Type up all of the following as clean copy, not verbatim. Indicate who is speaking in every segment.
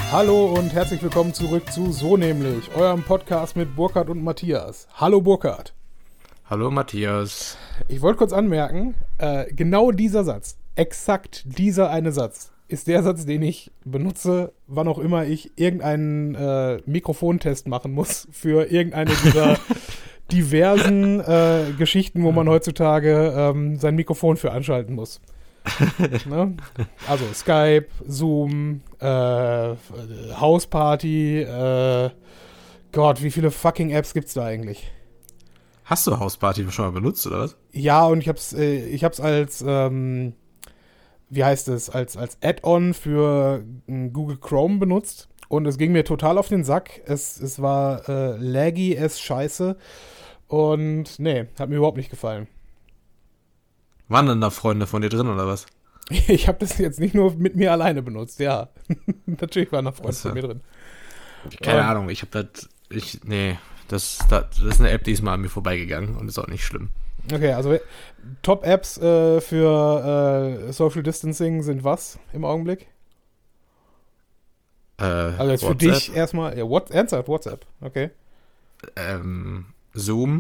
Speaker 1: Hallo und herzlich willkommen zurück zu So nämlich, eurem Podcast mit Burkhard und Matthias. Hallo Burkhard.
Speaker 2: Hallo Matthias.
Speaker 1: Ich wollte kurz anmerken, genau dieser Satz, exakt dieser eine Satz, ist der Satz, den ich benutze, wann auch immer ich irgendeinen Mikrofontest machen muss für irgendeine dieser diversen Geschichten, wo man heutzutage sein Mikrofon für anschalten muss. Ne? Also Skype, Zoom, Hausparty, Gott, wie viele fucking Apps gibt's da eigentlich?
Speaker 2: Hast du Hausparty schon mal benutzt, oder was?
Speaker 1: Ja, und ich hab's als, wie heißt es, als Add-on für Google Chrome benutzt und es ging mir total auf den Sack. Es war laggy as scheiße und nee, hat mir überhaupt nicht gefallen.
Speaker 2: Waren denn da Freunde von dir drin, oder was?
Speaker 1: Ich habe das jetzt nicht nur mit mir alleine benutzt, ja. Natürlich waren da Freunde von mir drin.
Speaker 2: Keine Ahnung, ich habe das ist eine App, die ist mal an mir vorbeigegangen und ist auch nicht schlimm.
Speaker 1: Okay, also Top-Apps für Social Distancing sind was im Augenblick? Also jetzt WhatsApp. Für dich erstmal, ja, ernsthaft WhatsApp, okay.
Speaker 2: Zoom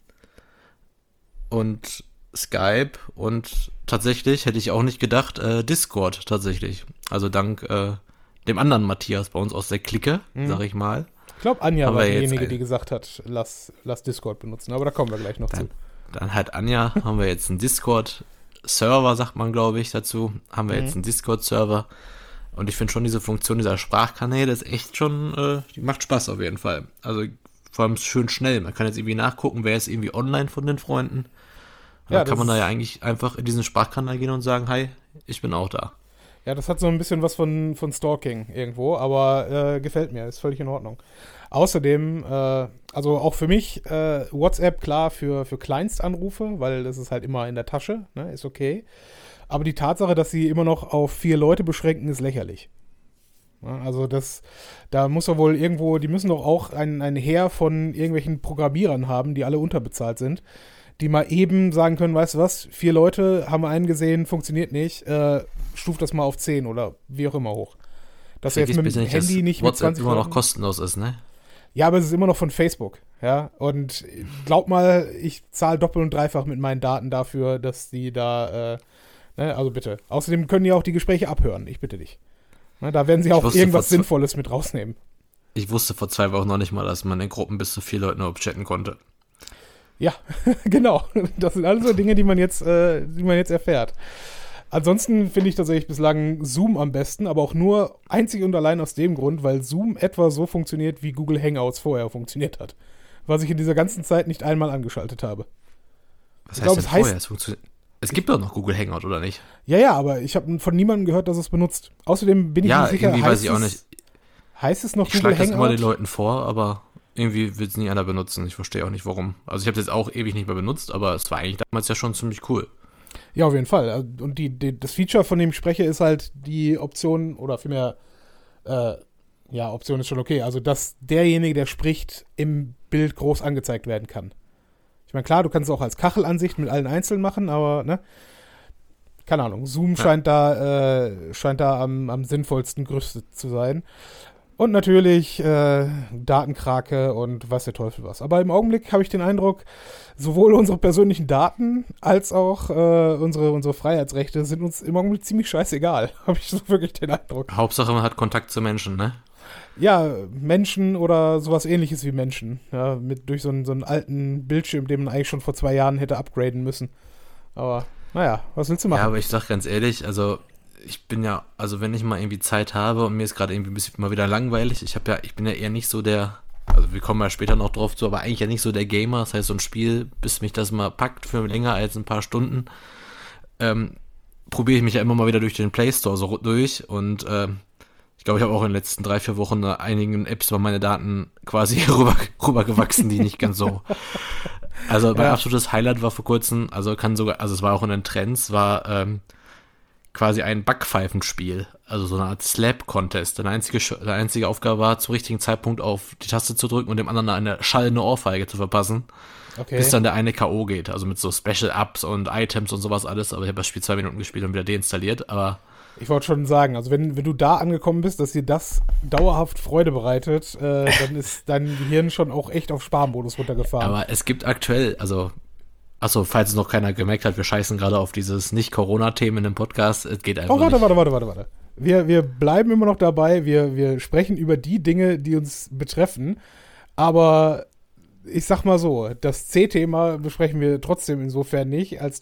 Speaker 2: und Skype und tatsächlich hätte ich auch nicht gedacht, Discord tatsächlich. Also dank dem anderen Matthias bei uns aus der Clique, sag ich mal.
Speaker 1: Ich glaube, Anja war diejenige, die gesagt hat, lass Discord benutzen, aber da kommen wir gleich noch zu.
Speaker 2: Dann hat Anja, haben wir jetzt einen Discord-Server, sagt man, glaube ich, dazu. Haben wir jetzt einen Discord-Server. Und ich finde schon diese Funktion dieser Sprachkanäle ist echt schon, die macht Spaß auf jeden Fall. Also vor allem schön schnell. Man kann jetzt irgendwie nachgucken, wer ist irgendwie online von den Freunden. Ja, dann kann man da ja eigentlich einfach in diesen Sprachkanal gehen und sagen, hi, ich bin auch da.
Speaker 1: Ja, das hat so ein bisschen was von Stalking irgendwo, aber gefällt mir, ist völlig in Ordnung. Außerdem, also auch für mich, WhatsApp klar für Kleinstanrufe, weil das ist halt immer in der Tasche, ne, ist okay. Aber die Tatsache, dass sie immer noch auf 4 Leute beschränken, ist lächerlich. Ja, also da muss doch wohl irgendwo, die müssen doch auch ein Heer von irgendwelchen Programmierern haben, die alle unterbezahlt sind, die mal eben sagen können, weißt du was, 4 Leute haben wir einen gesehen, funktioniert nicht, stuft das mal auf 10 oder wie auch immer hoch. Dass du jetzt mit dem Handy nicht mit 20
Speaker 2: immer noch kostenlos ist, ne?
Speaker 1: Ja, aber es ist immer noch von Facebook, ja, und glaub mal, ich zahle doppelt und dreifach mit meinen Daten dafür, dass die da, ne, also bitte. Außerdem können die auch die Gespräche abhören, ich bitte dich. Ne, da werden sie auch irgendwas Sinnvolles mit rausnehmen.
Speaker 2: Ich wusste vor 2 Wochen noch nicht mal, dass man in Gruppen bis zu 4 Leuten überhaupt chatten konnte.
Speaker 1: Ja, genau. Das sind alles so Dinge, die man jetzt erfährt. Ansonsten finde ich tatsächlich bislang Zoom am besten, aber auch nur einzig und allein aus dem Grund, weil Zoom etwa so funktioniert, wie Google Hangouts vorher funktioniert hat. Was ich in dieser ganzen Zeit nicht einmal angeschaltet habe.
Speaker 2: Was heißt denn vorher? Es gibt doch noch Google Hangout, oder nicht?
Speaker 1: Ja, aber ich habe von niemandem gehört, dass es benutzt. Außerdem bin ich nicht sicher,
Speaker 2: irgendwie weiß ich auch nicht.
Speaker 1: Heißt es noch
Speaker 2: ich
Speaker 1: Google Hangout? Ich
Speaker 2: schlage das immer den Leuten vor, aber irgendwie will es nie einer benutzen. Ich verstehe auch nicht, warum. Also ich habe es jetzt auch ewig nicht mehr benutzt, aber es war eigentlich damals ja schon ziemlich cool.
Speaker 1: Ja, auf jeden Fall. Und das Feature, von dem ich spreche, ist halt die Option, oder vielmehr, Option ist schon okay. Also, dass derjenige, der spricht, im Bild groß angezeigt werden kann. Ich meine, klar, du kannst es auch als Kachelansicht mit allen einzeln machen, aber, ne? Keine Ahnung. Zoom scheint da am sinnvollsten gerüstet zu sein. Und natürlich Datenkrake und weiß der Teufel was. Aber im Augenblick habe ich den Eindruck, sowohl unsere persönlichen Daten als auch unsere Freiheitsrechte sind uns im Augenblick ziemlich scheißegal. Habe ich so wirklich den Eindruck.
Speaker 2: Hauptsache, man hat Kontakt zu Menschen, ne?
Speaker 1: Ja, Menschen oder sowas Ähnliches wie Menschen. Ja, durch so einen alten Bildschirm, den man eigentlich schon vor 2 Jahren hätte upgraden müssen. Aber naja, was willst du machen?
Speaker 2: Ja, aber ich sag ganz ehrlich, also ich bin ja, also wenn ich mal irgendwie Zeit habe und mir ist gerade irgendwie ein bisschen mal wieder langweilig, ich bin ja eher nicht so der, also wir kommen ja später noch drauf zu, aber eigentlich ja nicht so der Gamer, das heißt so ein Spiel, bis mich das mal packt für länger als ein paar Stunden, probiere ich mich ja immer mal wieder durch den Play Store so durch und ich glaube, ich habe auch in den letzten 3-4 Wochen einigen Apps über meine Daten quasi rübergewachsen, die nicht ganz so. Also mein absolutes Highlight war vor kurzem, also es war auch in den Trends, war quasi ein Backpfeifenspiel, also so eine Art Slap-Contest. Deine einzige Aufgabe war, zum richtigen Zeitpunkt auf die Taste zu drücken und dem anderen eine schallende Ohrfeige zu verpassen, bis dann der eine K.O. geht. Also mit so Special-Ups und Items und sowas alles. Aber ich habe das Spiel 2 Minuten gespielt und wieder deinstalliert. Aber
Speaker 1: Ich wollte schon sagen, also wenn du da angekommen bist, dass dir das dauerhaft Freude bereitet, dann ist dein Gehirn schon auch echt auf Sparmodus runtergefahren.
Speaker 2: Aber es gibt aktuell, achso, falls es noch keiner gemerkt hat, wir scheißen gerade auf dieses Nicht-Corona-Themen in dem Podcast. Es geht einfach nicht.
Speaker 1: Warte. Wir bleiben immer noch dabei. Wir sprechen über die Dinge, die uns betreffen. Aber ich sag mal so, das C-Thema besprechen wir trotzdem insofern nicht, als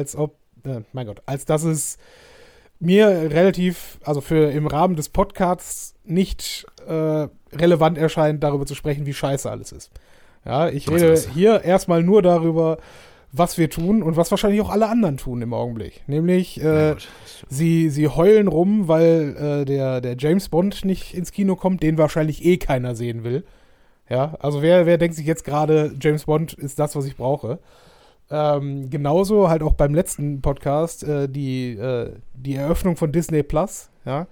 Speaker 1: dass es mir relativ, also für im Rahmen des Podcasts nicht relevant erscheint, darüber zu sprechen, wie scheiße alles ist. Ja, ich rede hier erstmal nur darüber, was wir tun und was wahrscheinlich auch alle anderen tun im Augenblick. Nämlich, sie heulen rum, weil der James Bond nicht ins Kino kommt, den wahrscheinlich eh keiner sehen will. Ja, also wer denkt sich jetzt gerade, James Bond ist das, was ich brauche. Genauso halt auch beim letzten Podcast die Eröffnung von Disney Plus. Ja,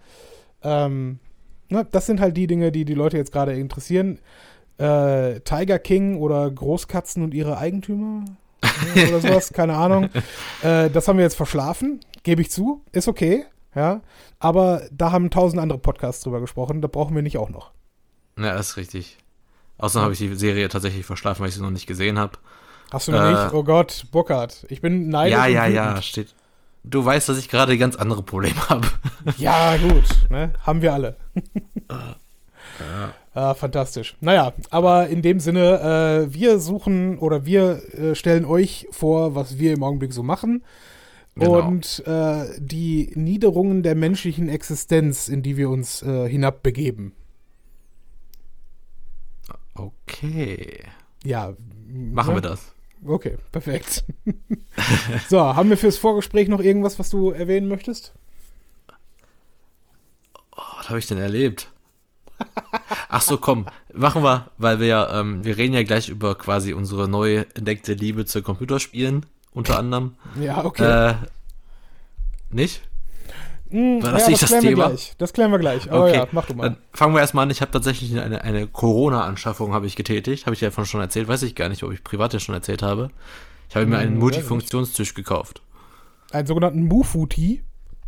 Speaker 1: das sind halt die Dinge, die Leute jetzt gerade interessieren. Tiger King oder Großkatzen und ihre Eigentümer oder sowas, keine Ahnung. Das haben wir jetzt verschlafen, gebe ich zu, ist okay. Ja, aber da haben 1000 andere Podcasts drüber gesprochen, da brauchen wir nicht auch noch.
Speaker 2: Ja, das ist richtig. Außerdem habe ich die Serie tatsächlich verschlafen, weil ich sie noch nicht gesehen habe.
Speaker 1: Hast du noch nicht? Oh Gott, Burkhard. Ich bin neidisch.
Speaker 2: Ja, steht. Du weißt, dass ich gerade ganz andere Probleme habe.
Speaker 1: Ja, gut. Ne? Haben wir alle. Fantastisch. Naja, aber in dem Sinne, wir suchen oder wir stellen euch vor, was wir im Augenblick so machen. Genau. Und die Niederungen der menschlichen Existenz, in die wir uns hinabbegeben.
Speaker 2: Okay.
Speaker 1: Ja.
Speaker 2: Machen wir das.
Speaker 1: Okay, perfekt. So, haben wir fürs Vorgespräch noch irgendwas, was du erwähnen möchtest?
Speaker 2: Oh, was habe ich denn erlebt? Ach so, komm, machen wir, weil wir reden ja gleich über quasi unsere neu entdeckte Liebe zu Computerspielen, unter anderem.
Speaker 1: Ja, okay.
Speaker 2: Nicht? War das nicht das Thema?
Speaker 1: Das klären wir gleich. Aber okay. Ja, mach du mal.
Speaker 2: Dann fangen wir erstmal an. Ich habe tatsächlich eine Corona-Anschaffung habe ich getätigt. Habe ich ja davon schon erzählt. Weiß ich gar nicht, ob ich privat ja schon erzählt habe. Ich habe mir einen Multifunktionstisch gekauft.
Speaker 1: Einen sogenannten Mufuti?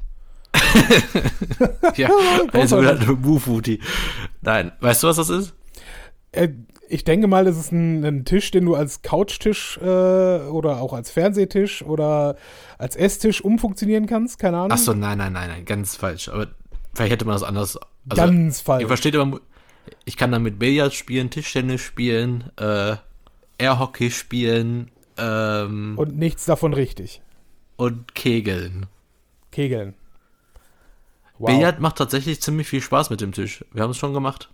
Speaker 2: Ja, einen sogenannten Mufuti. Nein, weißt du, was das ist?
Speaker 1: Ich denke mal, das ist ein Tisch, den du als Couchtisch oder auch als Fernsehtisch oder als Esstisch umfunktionieren kannst. Keine Ahnung.
Speaker 2: Ach so, nein, ganz falsch. Aber vielleicht hätte man das anders. Also,
Speaker 1: ganz falsch.
Speaker 2: Ihr versteht immer, ich kann damit Billard spielen, Tischtennis spielen, Airhockey spielen.
Speaker 1: Und nichts davon richtig.
Speaker 2: Und Kegeln.
Speaker 1: Wow.
Speaker 2: Billard macht tatsächlich ziemlich viel Spaß mit dem Tisch. Wir haben es schon gemacht.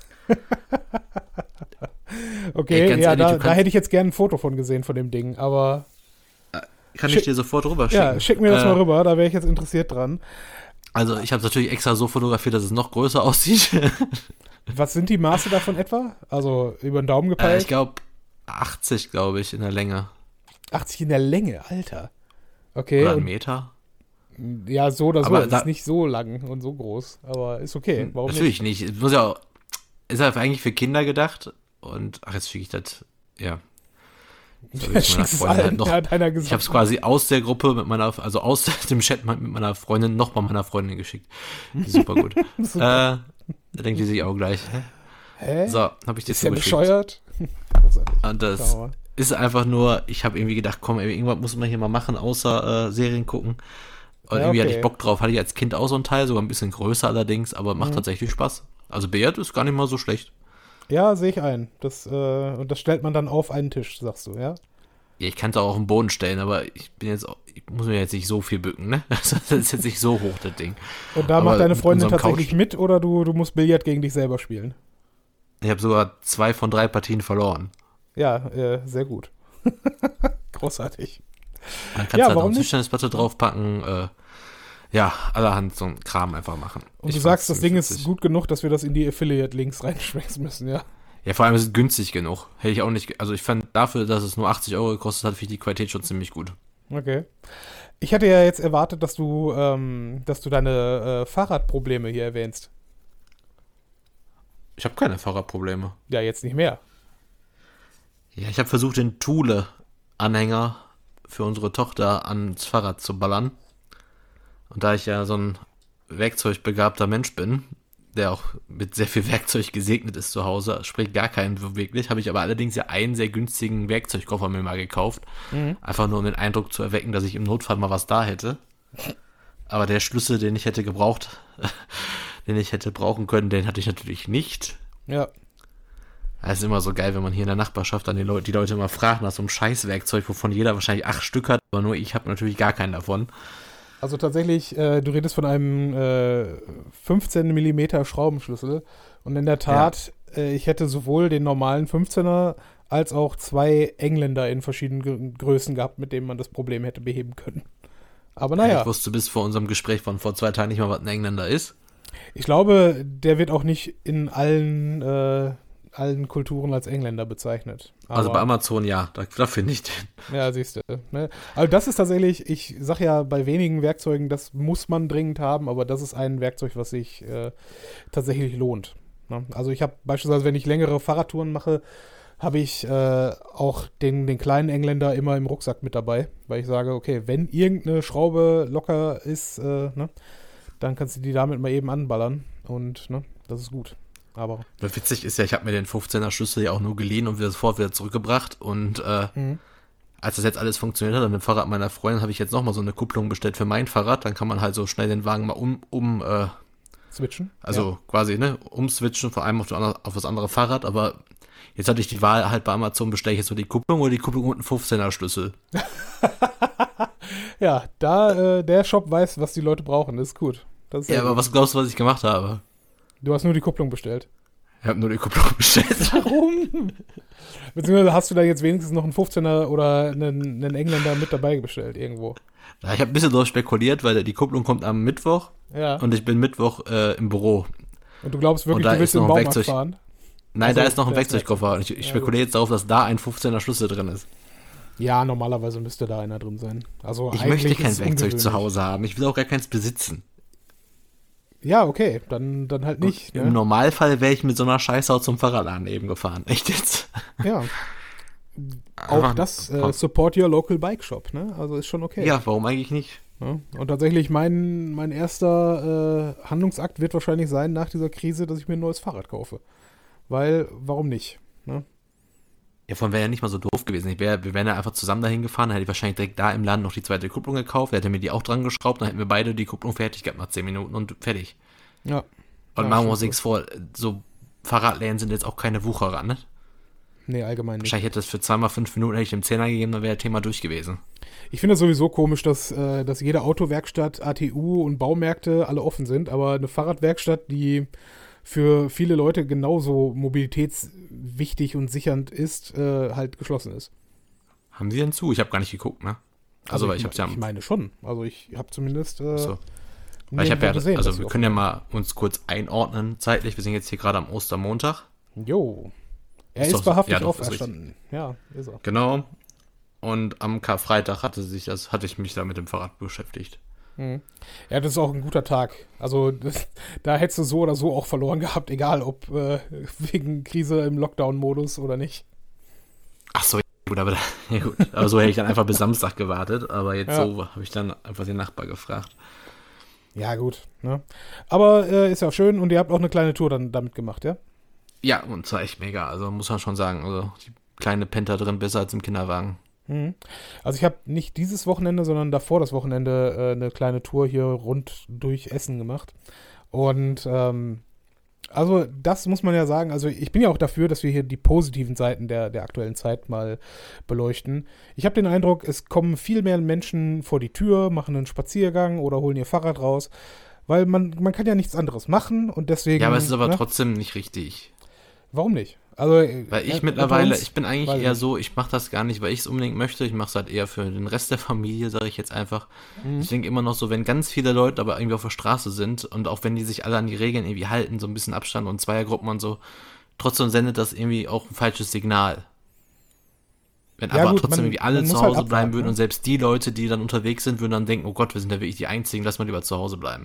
Speaker 1: Okay, ey, ja, ehrlich, da hätte ich jetzt gerne ein Foto von gesehen, von dem Ding, aber...
Speaker 2: Kann ich dir sofort rüber schicken?
Speaker 1: Ja, schick mir das mal rüber, da wäre ich jetzt interessiert dran.
Speaker 2: Also, ich habe es natürlich extra so fotografiert, dass es noch größer aussieht.
Speaker 1: Was sind die Maße davon etwa? Also, über den Daumen gepeilt?
Speaker 2: Ich glaube, 80, glaube ich, in der Länge.
Speaker 1: 80 in der Länge, Alter. Okay.
Speaker 2: Oder 1 Meter?
Speaker 1: Ja, so oder so.
Speaker 2: Aber
Speaker 1: das ist nicht so lang und so groß, aber ist okay.
Speaker 2: Warum natürlich nicht? Es muss ja auch, ist ja eigentlich für Kinder gedacht. Und, jetzt schicke ich das, ja. Ich habe es quasi aus der Gruppe also aus dem Chat mit meiner Freundin noch mal meiner Freundin geschickt. Super gut. Da denkt die sich auch gleich,
Speaker 1: hä?
Speaker 2: So, habe ich dir
Speaker 1: zugeschickt. Ist ja bescheuert?
Speaker 2: Und das ist einfach nur, ich habe irgendwie gedacht, komm, irgendwas muss man hier mal machen, außer Serien gucken. Und irgendwie hatte ich Bock drauf. Hatte ich als Kind auch so ein Teil, sogar ein bisschen größer allerdings, aber macht tatsächlich Spaß. Also Billard ist gar nicht mal so schlecht.
Speaker 1: Ja, sehe ich ein. Und das stellt man dann auf einen Tisch, sagst du, ja?
Speaker 2: Ja, ich kann es auch auf den Boden stellen, aber ich muss mir jetzt nicht so viel bücken, ne? Das ist jetzt nicht so hoch, das Ding.
Speaker 1: Und da macht deine Freundin tatsächlich mit oder du musst Billard gegen dich selber spielen?
Speaker 2: Ich habe sogar 2 von 3 Partien verloren.
Speaker 1: Ja, sehr gut. Großartig.
Speaker 2: Dann kannst du halt noch eine Tischtennisplatte draufpacken, allerhand so ein Kram einfach machen.
Speaker 1: Und du sagst, das Ding ist gut genug, dass wir das in die Affiliate-Links reinschmeißen müssen, ja?
Speaker 2: Ja, vor allem ist es günstig genug. Hätte ich auch nicht, also ich fand dafür, dass es nur 80 € gekostet hat, finde ich die Qualität schon ziemlich gut.
Speaker 1: Okay. Ich hatte ja jetzt erwartet, dass du deine Fahrradprobleme hier erwähnst.
Speaker 2: Ich habe keine Fahrradprobleme.
Speaker 1: Ja, jetzt nicht mehr.
Speaker 2: Ja, ich habe versucht, den Thule-Anhänger für unsere Tochter ans Fahrrad zu ballern. Und da ich ja so ein werkzeugbegabter Mensch bin, der auch mit sehr viel Werkzeug gesegnet ist zu Hause, sprich gar keinen so wirklich, habe ich aber allerdings ja einen sehr günstigen Werkzeugkoffer mir mal gekauft. Einfach nur um den Eindruck zu erwecken, dass ich im Notfall mal was da hätte. Aber der Schlüssel, den ich hätte gebraucht, den ich hätte brauchen können, den hatte ich natürlich nicht.
Speaker 1: Ja.
Speaker 2: Das ist immer so geil, wenn man hier in der Nachbarschaft dann die Leute immer fragt nach so einem Scheißwerkzeug, wovon jeder wahrscheinlich 8 Stück hat, aber nur ich habe natürlich gar keinen davon.
Speaker 1: Also tatsächlich, du redest von einem 15 mm Schraubenschlüssel und in der Tat, ich hätte sowohl den normalen 15er als auch 2 Engländer in verschiedenen Größen gehabt, mit denen man das Problem hätte beheben können. Aber naja.
Speaker 2: Ich wusste bis vor unserem Gespräch von vor 2 Tagen nicht mal, was ein Engländer ist.
Speaker 1: Ich glaube, der wird auch nicht in allen Kulturen als Engländer bezeichnet. Aber,
Speaker 2: also bei Amazon ja, da finde ich den.
Speaker 1: Ja, siehst du. Ne? Also das ist tatsächlich, ich sag ja bei wenigen Werkzeugen, das muss man dringend haben, aber das ist ein Werkzeug, was sich tatsächlich lohnt. Ne? Also ich habe beispielsweise, wenn ich längere Fahrradtouren mache, habe ich auch den kleinen Engländer immer im Rucksack mit dabei, weil ich sage, okay, wenn irgendeine Schraube locker ist, ne, dann kannst du die damit mal eben anballern und ne, das ist gut. Aber
Speaker 2: witzig ist ja, ich habe mir den 15er Schlüssel ja auch nur geliehen und sofort wieder zurückgebracht und als das jetzt alles funktioniert hat, an dem Fahrrad meiner Freundin, habe ich jetzt nochmal so eine Kupplung bestellt für mein Fahrrad, dann kann man halt so schnell den Wagen mal
Speaker 1: switchen.
Speaker 2: Also quasi, ne, umswitchen von einem auf das andere Fahrrad, aber jetzt hatte ich die Wahl halt bei Amazon, bestelle ich jetzt so die Kupplung oder die Kupplung und einen 15er Schlüssel.
Speaker 1: Ja, da der Shop weiß, was die Leute brauchen, das ist gut. Das ist
Speaker 2: ja,
Speaker 1: gut.
Speaker 2: aber was glaubst du, was ich gemacht habe?
Speaker 1: Du hast nur die Kupplung bestellt.
Speaker 2: Ich habe nur die Kupplung bestellt.
Speaker 1: Warum? Beziehungsweise hast du da jetzt wenigstens noch einen 15er oder einen Engländer mit dabei bestellt irgendwo?
Speaker 2: Ja, ich habe ein bisschen drauf spekuliert, weil die Kupplung kommt am Mittwoch und ich bin Mittwoch im Büro.
Speaker 1: Und du glaubst wirklich, du willst in den Baumarkt fahren?
Speaker 2: Nein, also, da ist noch ein Werkzeugkoffer. Und ich spekuliere jetzt darauf, dass da ein 15er Schlüssel drin ist.
Speaker 1: Ja, normalerweise müsste da einer drin sein. Also
Speaker 2: ich möchte kein Werkzeug zu Hause haben. Ich will auch gar keins besitzen.
Speaker 1: Ja, okay, dann halt nicht.
Speaker 2: Ne? Im Normalfall wäre ich mit so einer Scheißhaut zum Fahrradladen eben gefahren. Echt jetzt?
Speaker 1: Ja. Auch das Support Your Local Bike Shop, ne? Also ist schon okay.
Speaker 2: Ja, warum eigentlich nicht?
Speaker 1: Ja. Und tatsächlich mein erster Handlungsakt wird wahrscheinlich sein nach dieser Krise, dass ich mir ein neues Fahrrad kaufe. Weil, warum nicht? Ne?
Speaker 2: Ja, von wäre ja nicht mal so doof gewesen. Wir wären ja einfach zusammen dahin gefahren, dann hätte ich wahrscheinlich direkt da im Laden noch die zweite Kupplung gekauft, er hätte mir die auch dran geschraubt, dann hätten wir beide die Kupplung fertig gehabt nach 10 Minuten und fertig.
Speaker 1: Ja.
Speaker 2: Und machen wir uns nichts vor, so Fahrradläden sind jetzt auch keine Wucherer, ne?
Speaker 1: Nee, allgemein nicht.
Speaker 2: Wahrscheinlich hätte das für 2x5 Minuten hätte ich dem 10er gegeben, dann wäre das Thema durch gewesen.
Speaker 1: Ich finde es sowieso komisch, dass jede Autowerkstatt, ATU und Baumärkte alle offen sind, aber eine Fahrradwerkstatt, die für viele Leute genauso mobilitätswichtig und sichernd ist, halt geschlossen ist.
Speaker 2: Haben sie denn zu? Ich habe gar nicht geguckt, ne? Also ich
Speaker 1: meine schon. Also ich habe zumindest
Speaker 2: so. Weil ich habe ja, gesehen, also wir können ja mal uns kurz einordnen zeitlich. Wir sind jetzt hier gerade am Ostermontag.
Speaker 1: Jo. Er ist wahrhaftig auferstanden. Ja, ist er.
Speaker 2: Genau. Und am Karfreitag hatte ich mich da mit dem Fahrrad beschäftigt.
Speaker 1: Ja, das ist auch ein guter Tag. Also da hättest du so oder so auch verloren gehabt, egal ob wegen Krise im Lockdown-Modus oder nicht.
Speaker 2: Ach so, gut, aber so hätte ich dann einfach bis Samstag gewartet. Aber jetzt so habe ich dann einfach den Nachbar gefragt.
Speaker 1: Ja, gut. Ne? Aber ist ja schön und ihr habt auch eine kleine Tour dann damit gemacht, ja?
Speaker 2: Ja, und zwar echt mega. Also muss man schon sagen, also die kleine Penta drin besser als im Kinderwagen.
Speaker 1: Also ich habe nicht dieses Wochenende, sondern davor das Wochenende eine kleine Tour hier rund durch Essen gemacht. Und also das muss man ja sagen, also ich bin ja auch dafür, dass wir hier die positiven Seiten der aktuellen Zeit mal beleuchten. Ich habe den Eindruck, es kommen viel mehr Menschen vor die Tür, machen einen Spaziergang oder holen ihr Fahrrad raus, weil man kann ja nichts anderes machen und deswegen...
Speaker 2: Ja, aber es ist aber trotzdem nicht richtig.
Speaker 1: Warum nicht? Also,
Speaker 2: weil ich mittlerweile, ich bin eigentlich eher so, ich mache das gar nicht, weil ich es unbedingt möchte, ich mache es halt eher für den Rest der Familie, sage ich jetzt einfach. Ich denke immer noch so, wenn ganz viele Leute aber irgendwie auf der Straße sind und auch wenn die sich alle an die Regeln irgendwie halten, so ein bisschen Abstand und Zweiergruppen und so, trotzdem sendet das irgendwie auch ein falsches Signal. Wenn ja, aber gut, trotzdem irgendwie alle zu Hause halt bleiben würden und selbst die Leute, die dann unterwegs sind, würden dann denken, oh Gott, wir sind ja wirklich die Einzigen, lass mal lieber zu Hause bleiben.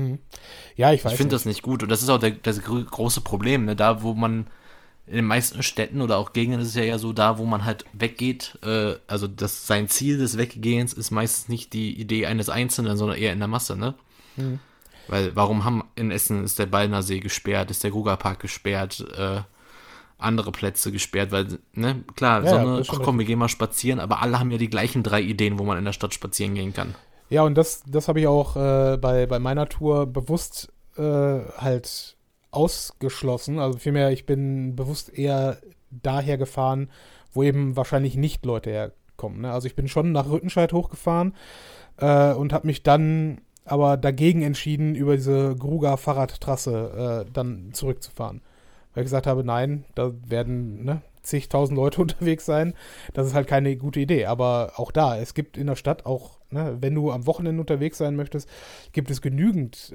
Speaker 1: Ja, ich weiß.
Speaker 2: Ich finde das nicht gut und das ist auch das große Problem, ne? Da wo man in den meisten Städten oder auch Gegenden ist es ja so, da wo man halt weggeht, also sein Ziel des Weggehens ist meistens nicht die Idee eines Einzelnen, sondern eher in der Masse, ne? Weil warum haben in Essen ist der Ballner See gesperrt, ist der Grugerpark gesperrt, andere Plätze gesperrt, weil, ne, klar,
Speaker 1: Ja,
Speaker 2: Sonne,
Speaker 1: das ist schon
Speaker 2: ach komm, wir
Speaker 1: richtig.
Speaker 2: gehen mal spazieren, aber alle haben ja die gleichen 3 Ideen, wo man in der Stadt spazieren gehen kann.
Speaker 1: Ja, und das habe ich auch bei meiner Tour bewusst halt ausgeschlossen. Also vielmehr, ich bin bewusst eher daher gefahren, wo eben wahrscheinlich nicht Leute herkommen. Ne? Also ich bin schon nach Rüttenscheid hochgefahren und habe mich dann aber dagegen entschieden, über diese Gruger Fahrradtrasse dann zurückzufahren. Weil ich gesagt habe, nein, da werden zigtausend Leute unterwegs sein. Das ist halt keine gute Idee. Aber auch da, es gibt in der Stadt auch, ne, wenn du am Wochenende unterwegs sein möchtest, gibt es genügend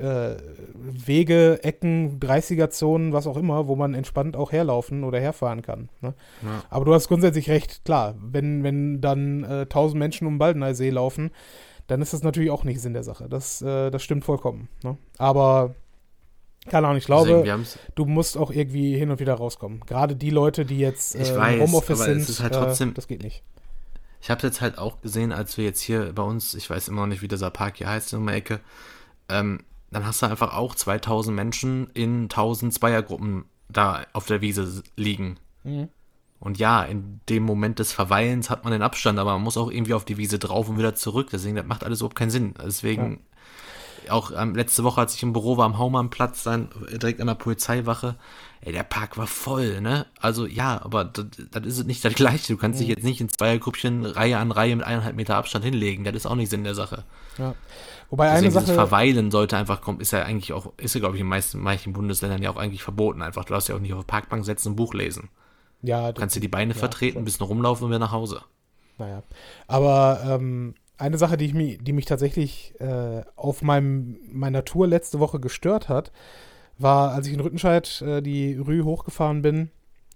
Speaker 1: Wege, Ecken, 30er-Zonen, was auch immer, wo man entspannt auch herlaufen oder herfahren kann. Ne?
Speaker 2: Ja.
Speaker 1: Aber du hast grundsätzlich recht, klar, wenn dann 1000 Menschen um den Baldener See laufen, dann ist das natürlich auch nicht Sinn der Sache. Das stimmt vollkommen. Ne? Aber keine Ahnung, ich
Speaker 2: Deswegen,
Speaker 1: glaube,
Speaker 2: wir haben's,
Speaker 1: du musst auch irgendwie hin und wieder rauskommen. Gerade die Leute, die jetzt
Speaker 2: ich
Speaker 1: im
Speaker 2: weiß,
Speaker 1: Homeoffice
Speaker 2: aber
Speaker 1: sind,
Speaker 2: es ist halt trotzdem,
Speaker 1: das geht nicht.
Speaker 2: ich habe jetzt halt auch gesehen, als wir jetzt hier bei uns, ich weiß immer noch nicht, wie dieser Park hier heißt, in der Ecke, dann hast du einfach auch 2000 Menschen in 1000 Zweiergruppen da auf der Wiese liegen.
Speaker 1: Mhm.
Speaker 2: Und ja, in dem Moment des Verweilens hat man den Abstand, aber man muss auch irgendwie auf die Wiese drauf und wieder zurück. Deswegen, das macht alles überhaupt keinen Sinn. Deswegen, auch letzte Woche, als ich im Büro war, am Haumannplatz, dann direkt an der Polizeiwache, ey, der Park war voll, ne? Also ja, aber das ist nicht das Gleiche. Du kannst dich jetzt nicht in Zweiergrüppchen Reihe an Reihe mit 1,5 Meter Abstand hinlegen. Das ist auch nicht Sinn der Sache.
Speaker 1: Ja. Wobei
Speaker 2: Deswegen
Speaker 1: eine
Speaker 2: dieses
Speaker 1: Sache,
Speaker 2: Verweilen sollte einfach kommen, ist ja eigentlich auch, ist ja, glaube ich, in manchen Bundesländern ja auch eigentlich verboten. Einfach, du darfst ja auch nicht auf eine Parkbank setzen und ein Buch lesen.
Speaker 1: ja,
Speaker 2: Du kannst dir die Beine vertreten, ein bisschen rumlaufen und wieder nach Hause.
Speaker 1: naja. Aber eine Sache, die mich tatsächlich auf meiner Tour letzte Woche gestört hat, war, als ich in Rüttenscheid die Rue hochgefahren bin,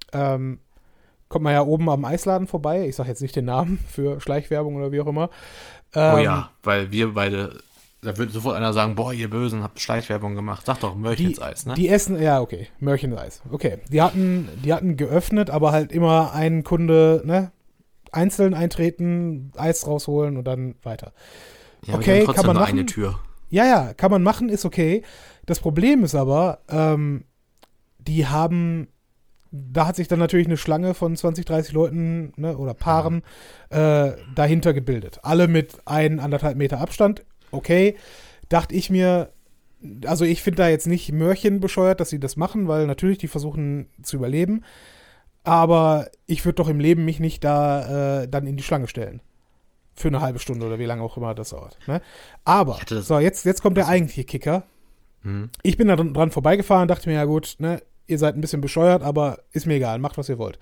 Speaker 1: kommt man ja oben am Eisladen vorbei. Ich sage jetzt nicht den Namen für Schleichwerbung oder wie auch immer.
Speaker 2: Oh ja, weil wir beide, da würde sofort einer sagen, boah, ihr Bösen, habt Schleichwerbung gemacht. Sag doch, Mörchenseis, ne?
Speaker 1: Die essen, ja, okay, Mörcheneis. Okay, die hatten geöffnet, aber halt immer ein Kunde, ne, einzeln eintreten, Eis rausholen und dann weiter.
Speaker 2: Ja, aber die
Speaker 1: Okay,
Speaker 2: haben trotzdem
Speaker 1: kann man
Speaker 2: nur
Speaker 1: machen.
Speaker 2: eine Tür.
Speaker 1: Ja, kann man machen, ist okay. Das Problem ist aber, die haben, da hat sich dann natürlich eine Schlange von 20, 30 Leuten, ne, oder Paaren dahinter gebildet. Alle mit 1,5 Meter Abstand. Okay, dachte ich mir, also ich finde da jetzt nicht Mörchen bescheuert, dass sie das machen, weil natürlich die versuchen zu überleben. Aber ich würde doch im Leben mich nicht da dann in die Schlange stellen. Für eine halbe Stunde oder wie lange auch immer das dauert. Ne? Aber, so, jetzt kommt der eigentliche Kicker.
Speaker 2: Mhm.
Speaker 1: Ich bin da dran vorbeigefahren, dachte mir, ja gut, ne, ihr seid ein bisschen bescheuert, aber ist mir egal, macht, was ihr wollt.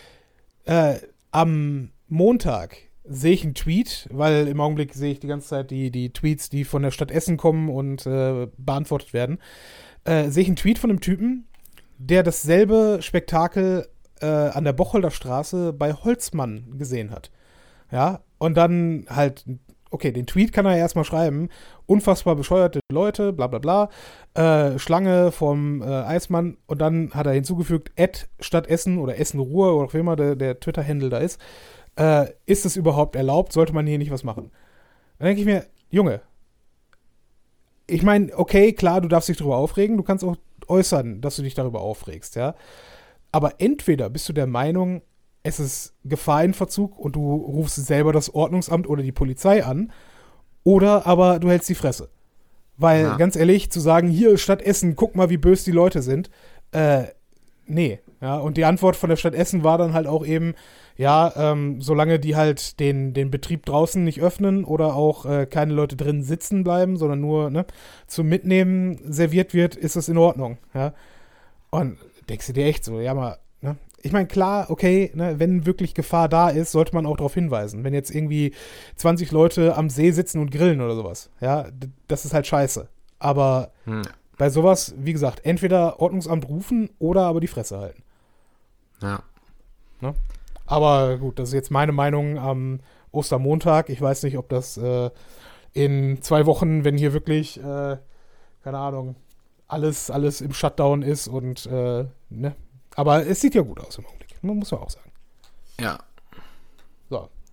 Speaker 1: Am Montag sehe ich einen Tweet, weil im Augenblick sehe ich die ganze Zeit die Tweets, die von der Stadt Essen kommen und beantwortet werden. Sehe ich einen Tweet von einem Typen, der dasselbe Spektakel an der Bocholder Straße bei Holzmann gesehen hat. Ja, und dann halt, okay, den Tweet kann er ja erstmal schreiben, unfassbar bescheuerte Leute, bla bla bla, Schlange vom Eismann, und dann hat er hinzugefügt, Stadt Essen oder Essen-Ruhr oder auch immer der Twitter-Handle da ist es überhaupt erlaubt, sollte man hier nicht was machen? Dann denke ich mir, Junge, ich meine, okay, klar, du darfst dich darüber aufregen, du kannst auch äußern, dass du dich darüber aufregst, ja, aber entweder bist du der Meinung, es ist Gefahr in Verzug und du rufst selber das Ordnungsamt oder die Polizei an, oder aber du hältst die Fresse. Weil, ganz ehrlich, zu sagen, hier, Stadt Essen, guck mal, wie böse die Leute sind, nee. Ja, und die Antwort von der Stadt Essen war dann halt auch eben, ja, solange die halt den Betrieb draußen nicht öffnen oder auch keine Leute drin sitzen bleiben, sondern nur, ne, zum Mitnehmen serviert wird, ist das in Ordnung. Ja. Und denkst du dir echt so, ja mal, ne? Ich meine, klar, okay, ne, wenn wirklich Gefahr da ist, sollte man auch darauf hinweisen. Wenn jetzt irgendwie 20 Leute am See sitzen und grillen oder sowas, ja, das ist halt scheiße. Aber bei sowas, wie gesagt, entweder Ordnungsamt rufen oder aber die Fresse halten.
Speaker 2: Ja.
Speaker 1: Ne? Aber gut, das ist jetzt meine Meinung am Ostermontag. Ich weiß nicht, ob das in 2 Wochen, wenn hier wirklich, keine Ahnung, alles im Shutdown ist und, ne? Aber es sieht ja gut aus im Augenblick, muss man auch sagen.
Speaker 2: Ja.
Speaker 1: So,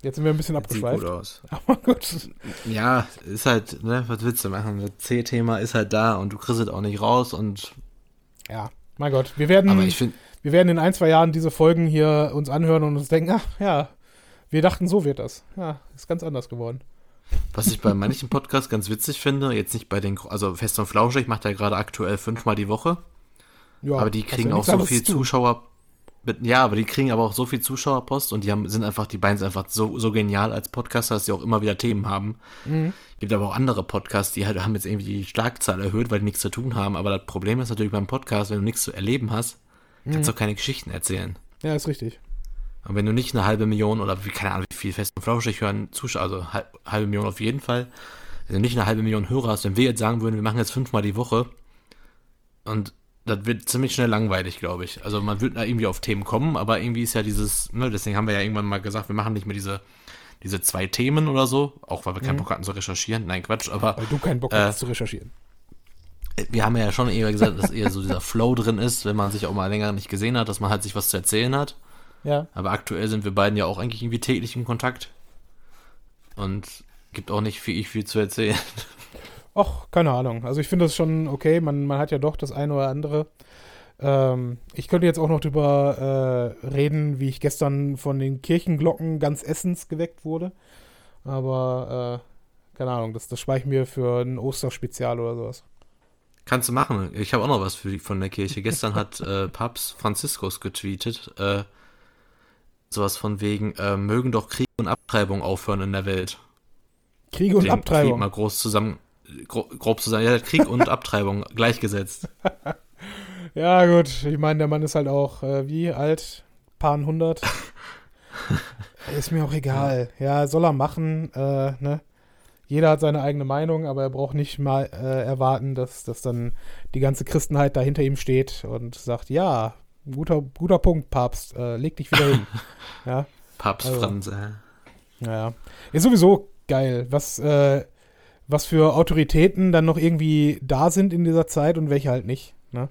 Speaker 1: Jetzt sind wir ein bisschen
Speaker 2: Sieht
Speaker 1: abgeschweift.
Speaker 2: gut aus.
Speaker 1: Aber gut.
Speaker 2: Ja, ist halt, ne, was willst du machen? Das C-Thema ist halt da und du kriegst es auch nicht raus und.
Speaker 1: Ja, mein Gott. Wir werden
Speaker 2: Aber ich finde.
Speaker 1: in 1-2 Jahren diese Folgen hier uns anhören und uns denken, ach ja, wir dachten, so wird das. Ja, ist ganz anders geworden.
Speaker 2: Was ich bei manchen Podcasts ganz witzig finde, jetzt nicht bei den, also Fest und Flauschig macht ja gerade aktuell 5-mal die Woche,
Speaker 1: Ja,
Speaker 2: aber die
Speaker 1: hast
Speaker 2: kriegen
Speaker 1: ja
Speaker 2: auch
Speaker 1: nichts
Speaker 2: so
Speaker 1: anderes
Speaker 2: viel
Speaker 1: zu tun.
Speaker 2: Zuschauer, ja, aber die kriegen aber auch so viel Zuschauerpost und die sind einfach, die beiden sind einfach so genial als Podcaster, dass sie auch immer wieder Themen haben. Gibt aber auch andere Podcasts, die halt haben jetzt irgendwie die Schlagzahl erhöht, weil die nichts zu tun haben, aber das Problem ist natürlich beim Podcast, wenn du nichts zu erleben hast, kannst du auch keine Geschichten erzählen.
Speaker 1: Ja, ist richtig.
Speaker 2: Und wenn du nicht 500.000 oder keine Ahnung, wie viel Fest und Flauschig hören, Zuschauer, also 500.000 auf jeden Fall, wenn du nicht 500.000 Hörer hast, wenn wir jetzt sagen würden, wir machen jetzt 5-mal die Woche und das wird ziemlich schnell langweilig, glaube ich. Also man wird da irgendwie auf Themen kommen, aber irgendwie ist ja dieses, ne, deswegen haben wir ja irgendwann mal gesagt, wir machen nicht mehr diese 2 Themen oder so, auch weil wir keinen Bock hatten zu recherchieren. Nein, Quatsch, aber
Speaker 1: Weil du keinen Bock hast zu recherchieren.
Speaker 2: wir haben ja schon eher gesagt, dass eher so dieser Flow drin ist, wenn man sich auch mal länger nicht gesehen hat, dass man halt sich was zu erzählen hat.
Speaker 1: Ja.
Speaker 2: Aber aktuell sind wir beiden ja auch eigentlich irgendwie täglich in Kontakt. Und gibt auch nicht viel zu erzählen.
Speaker 1: Och, keine Ahnung. Also ich finde das schon okay. Man hat ja doch das eine oder andere. Ich könnte jetzt auch noch drüber reden, wie ich gestern von den Kirchenglocken ganz Essens geweckt wurde. Aber, keine Ahnung, das spare ich mir für ein Osterspezial oder sowas.
Speaker 2: Kannst du machen. Ich habe auch noch was von der Kirche. Gestern hat Papst Franziskus getweetet, sowas von wegen, mögen doch Krieg und Abtreibung aufhören in der Welt.
Speaker 1: Krieg und
Speaker 2: Den
Speaker 1: Abtreibung.
Speaker 2: Tweet mal grob zusammen, ja, Krieg und Abtreibung gleichgesetzt.
Speaker 1: Ja, gut. Ich meine, der Mann ist halt auch, wie alt? Paar 100. Ist mir auch egal. Ja, soll er machen, ne? Jeder hat seine eigene Meinung, aber er braucht nicht mal erwarten, dass dann die ganze Christenheit da hinter ihm steht und sagt, ja, guter Punkt, Papst, leg dich wieder hin. Ja,
Speaker 2: Papst
Speaker 1: also,
Speaker 2: Franz,
Speaker 1: ja. Ist sowieso geil, was für Autoritäten dann noch irgendwie da sind in dieser Zeit und welche halt nicht. Ne?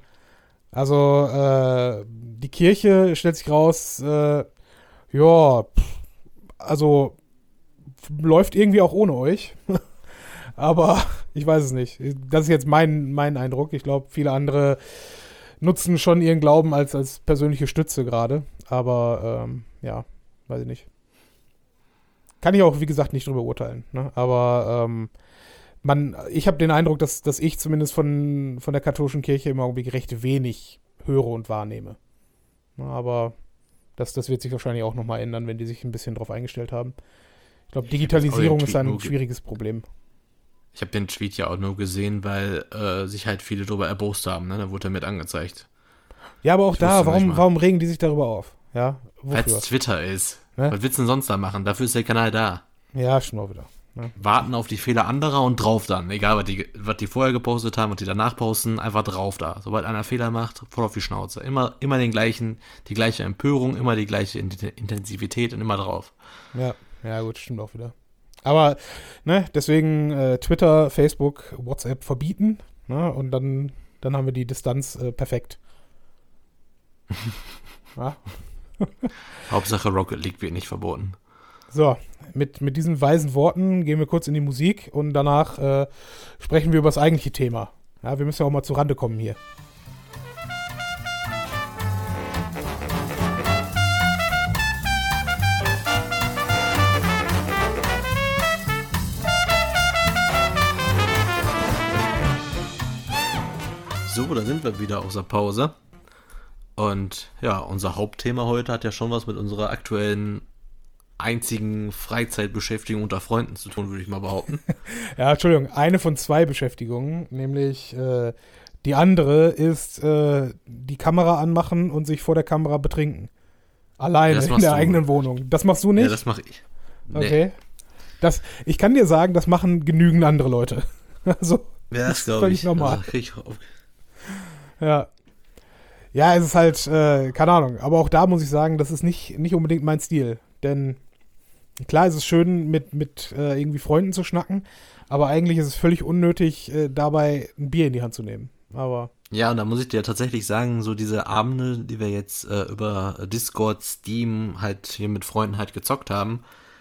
Speaker 1: Also, die Kirche stellt sich raus, ja, also läuft irgendwie auch ohne euch. Aber ich weiß es nicht. Das ist jetzt mein Eindruck. Ich glaube, viele andere nutzen schon ihren Glauben als persönliche Stütze gerade. Aber ja, weiß ich nicht. Kann ich auch, wie gesagt, nicht drüber urteilen. Ne? Aber ich habe den Eindruck, dass ich zumindest von der katholischen Kirche im Augenblick recht wenig höre und wahrnehme. Na, aber das wird sich wahrscheinlich auch nochmal ändern, wenn die sich ein bisschen drauf eingestellt haben. Ich glaube, Digitalisierung ist ein schwieriges Problem.
Speaker 2: Ich habe den Tweet ja auch nur gesehen, weil sich halt viele darüber erbost haben. Ne? Da wurde er mit angezeigt.
Speaker 1: Ja, aber auch da, warum regen die sich darüber auf? Ja,
Speaker 2: weil es Twitter ist.
Speaker 1: Ne?
Speaker 2: Was willst du denn sonst da machen? Dafür ist der Kanal da.
Speaker 1: Ja, schon auch wieder. Ne?
Speaker 2: Warten auf die Fehler anderer und drauf dann. Egal, was die vorher gepostet haben und die danach posten, einfach drauf da. Sobald einer Fehler macht, voll auf die Schnauze. Immer die gleiche Empörung, immer die gleiche Intensivität und immer drauf.
Speaker 1: Ja, gut, stimmt auch wieder. Aber, ne, deswegen Twitter, Facebook, WhatsApp verbieten, ne, und dann haben wir die Distanz perfekt. Ja.
Speaker 2: Hauptsache Rocket League wird nicht verboten.
Speaker 1: So, mit diesen weisen Worten gehen wir kurz in die Musik und danach sprechen wir über das eigentliche Thema. Ja, wir müssen ja auch mal zur Rande kommen hier.
Speaker 2: So, da sind wir wieder aus der Pause. Und ja, unser Hauptthema heute hat ja schon was mit unserer aktuellen einzigen Freizeitbeschäftigung unter Freunden zu tun, würde ich mal behaupten.
Speaker 1: Ja, Entschuldigung, eine von 2 Beschäftigungen, nämlich die andere ist die Kamera anmachen und sich vor der Kamera betrinken. Alleine in der eigenen Wohnung. Das machst du nicht?
Speaker 2: Ja, das mache ich.
Speaker 1: Nee. Okay. Ich kann dir sagen, das machen genügend andere Leute. Also,
Speaker 2: ja, das ist
Speaker 1: völlig normal.
Speaker 2: Also,
Speaker 1: ja. Ja, es ist halt, keine Ahnung. Aber auch da muss ich sagen, das ist nicht unbedingt mein Stil. Denn klar ist es schön, mit irgendwie Freunden zu schnacken, aber eigentlich ist es völlig unnötig, dabei ein Bier in die Hand zu nehmen. Aber
Speaker 2: ja, und da muss ich dir tatsächlich sagen, so diese Abende, die wir jetzt über Discord, Steam halt hier mit Freunden halt gezockt haben,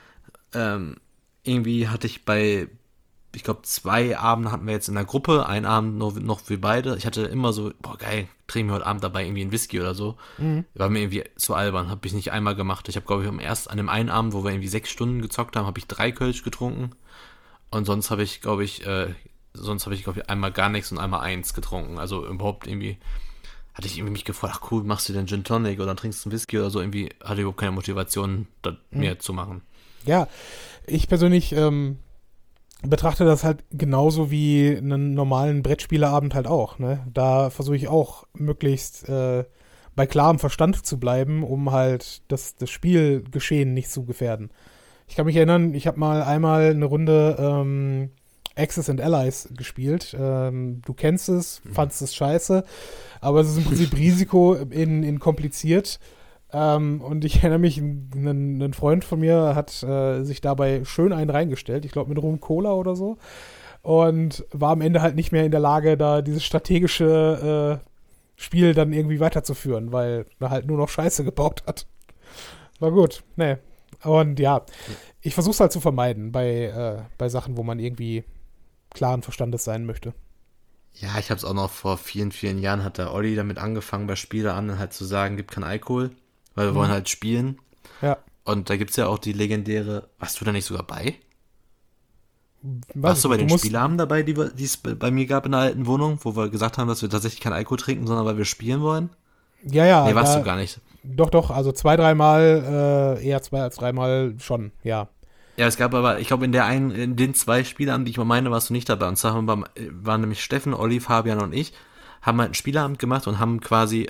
Speaker 2: irgendwie hatte ich ich glaube 2 Abende hatten wir jetzt in der Gruppe, einen Abend noch wir beide. Ich hatte immer so, boah geil, trinken wir heute Abend dabei irgendwie einen Whisky oder so. War mir irgendwie zu albern, habe ich nicht einmal gemacht. Ich habe, glaube ich, an dem einen Abend, wo wir irgendwie 6 Stunden gezockt haben, habe ich 3 Kölsch getrunken. Und sonst habe ich, glaube ich, einmal gar nichts und einmal 1 getrunken. Also überhaupt irgendwie, hatte ich irgendwie mich gefragt, ach cool, machst du denn Gin Tonic oder trinkst du einen Whisky oder so? Irgendwie hatte ich überhaupt keine Motivation, das mehr zu machen.
Speaker 1: Ja, ich persönlich betrachte das halt genauso wie einen normalen Brettspieleabend halt auch. Ne? Da versuche ich auch möglichst bei klarem Verstand zu bleiben, um halt das Spielgeschehen nicht zu gefährden. Ich kann mich erinnern, ich habe mal einmal eine Runde Axis and Allies gespielt. Du kennst es, fandst es scheiße, aber es ist im Prinzip Risiko in kompliziert. Und ich erinnere mich, ein Freund von mir hat sich dabei schön einen reingestellt, ich glaube mit Rum Cola oder so, und war am Ende halt nicht mehr in der Lage, da dieses strategische Spiel dann irgendwie weiterzuführen, weil er halt nur noch Scheiße gebaut hat. War gut, ne. Und ja, ich versuche es halt zu vermeiden bei Sachen, wo man irgendwie klaren Verstandes sein möchte.
Speaker 2: Ja, ich habe es auch noch vor vielen, vielen Jahren, hat der Olli damit angefangen, bei Spieleabenden halt zu sagen, gibt kein Alkohol. Weil wir wollen halt spielen.
Speaker 1: Ja.
Speaker 2: Und da gibt's ja auch die legendäre. Warst du da nicht sogar bei? Warst du bei den Spieleabenden dabei, die es bei mir gab in der alten Wohnung, wo wir gesagt haben, dass wir tatsächlich kein Alkohol trinken, sondern weil wir spielen wollen?
Speaker 1: Ja.
Speaker 2: Nee, warst du gar nicht.
Speaker 1: Doch, also 2, 3 Mal, eher 2 als 3 Mal schon, ja.
Speaker 2: Ja, es gab aber, ich glaube, in den 2 Spieleabenden, die ich mal meine, warst du nicht dabei. Und zwar waren nämlich Steffen, Olli, Fabian und ich, haben halt einen Spieleabend gemacht und haben quasi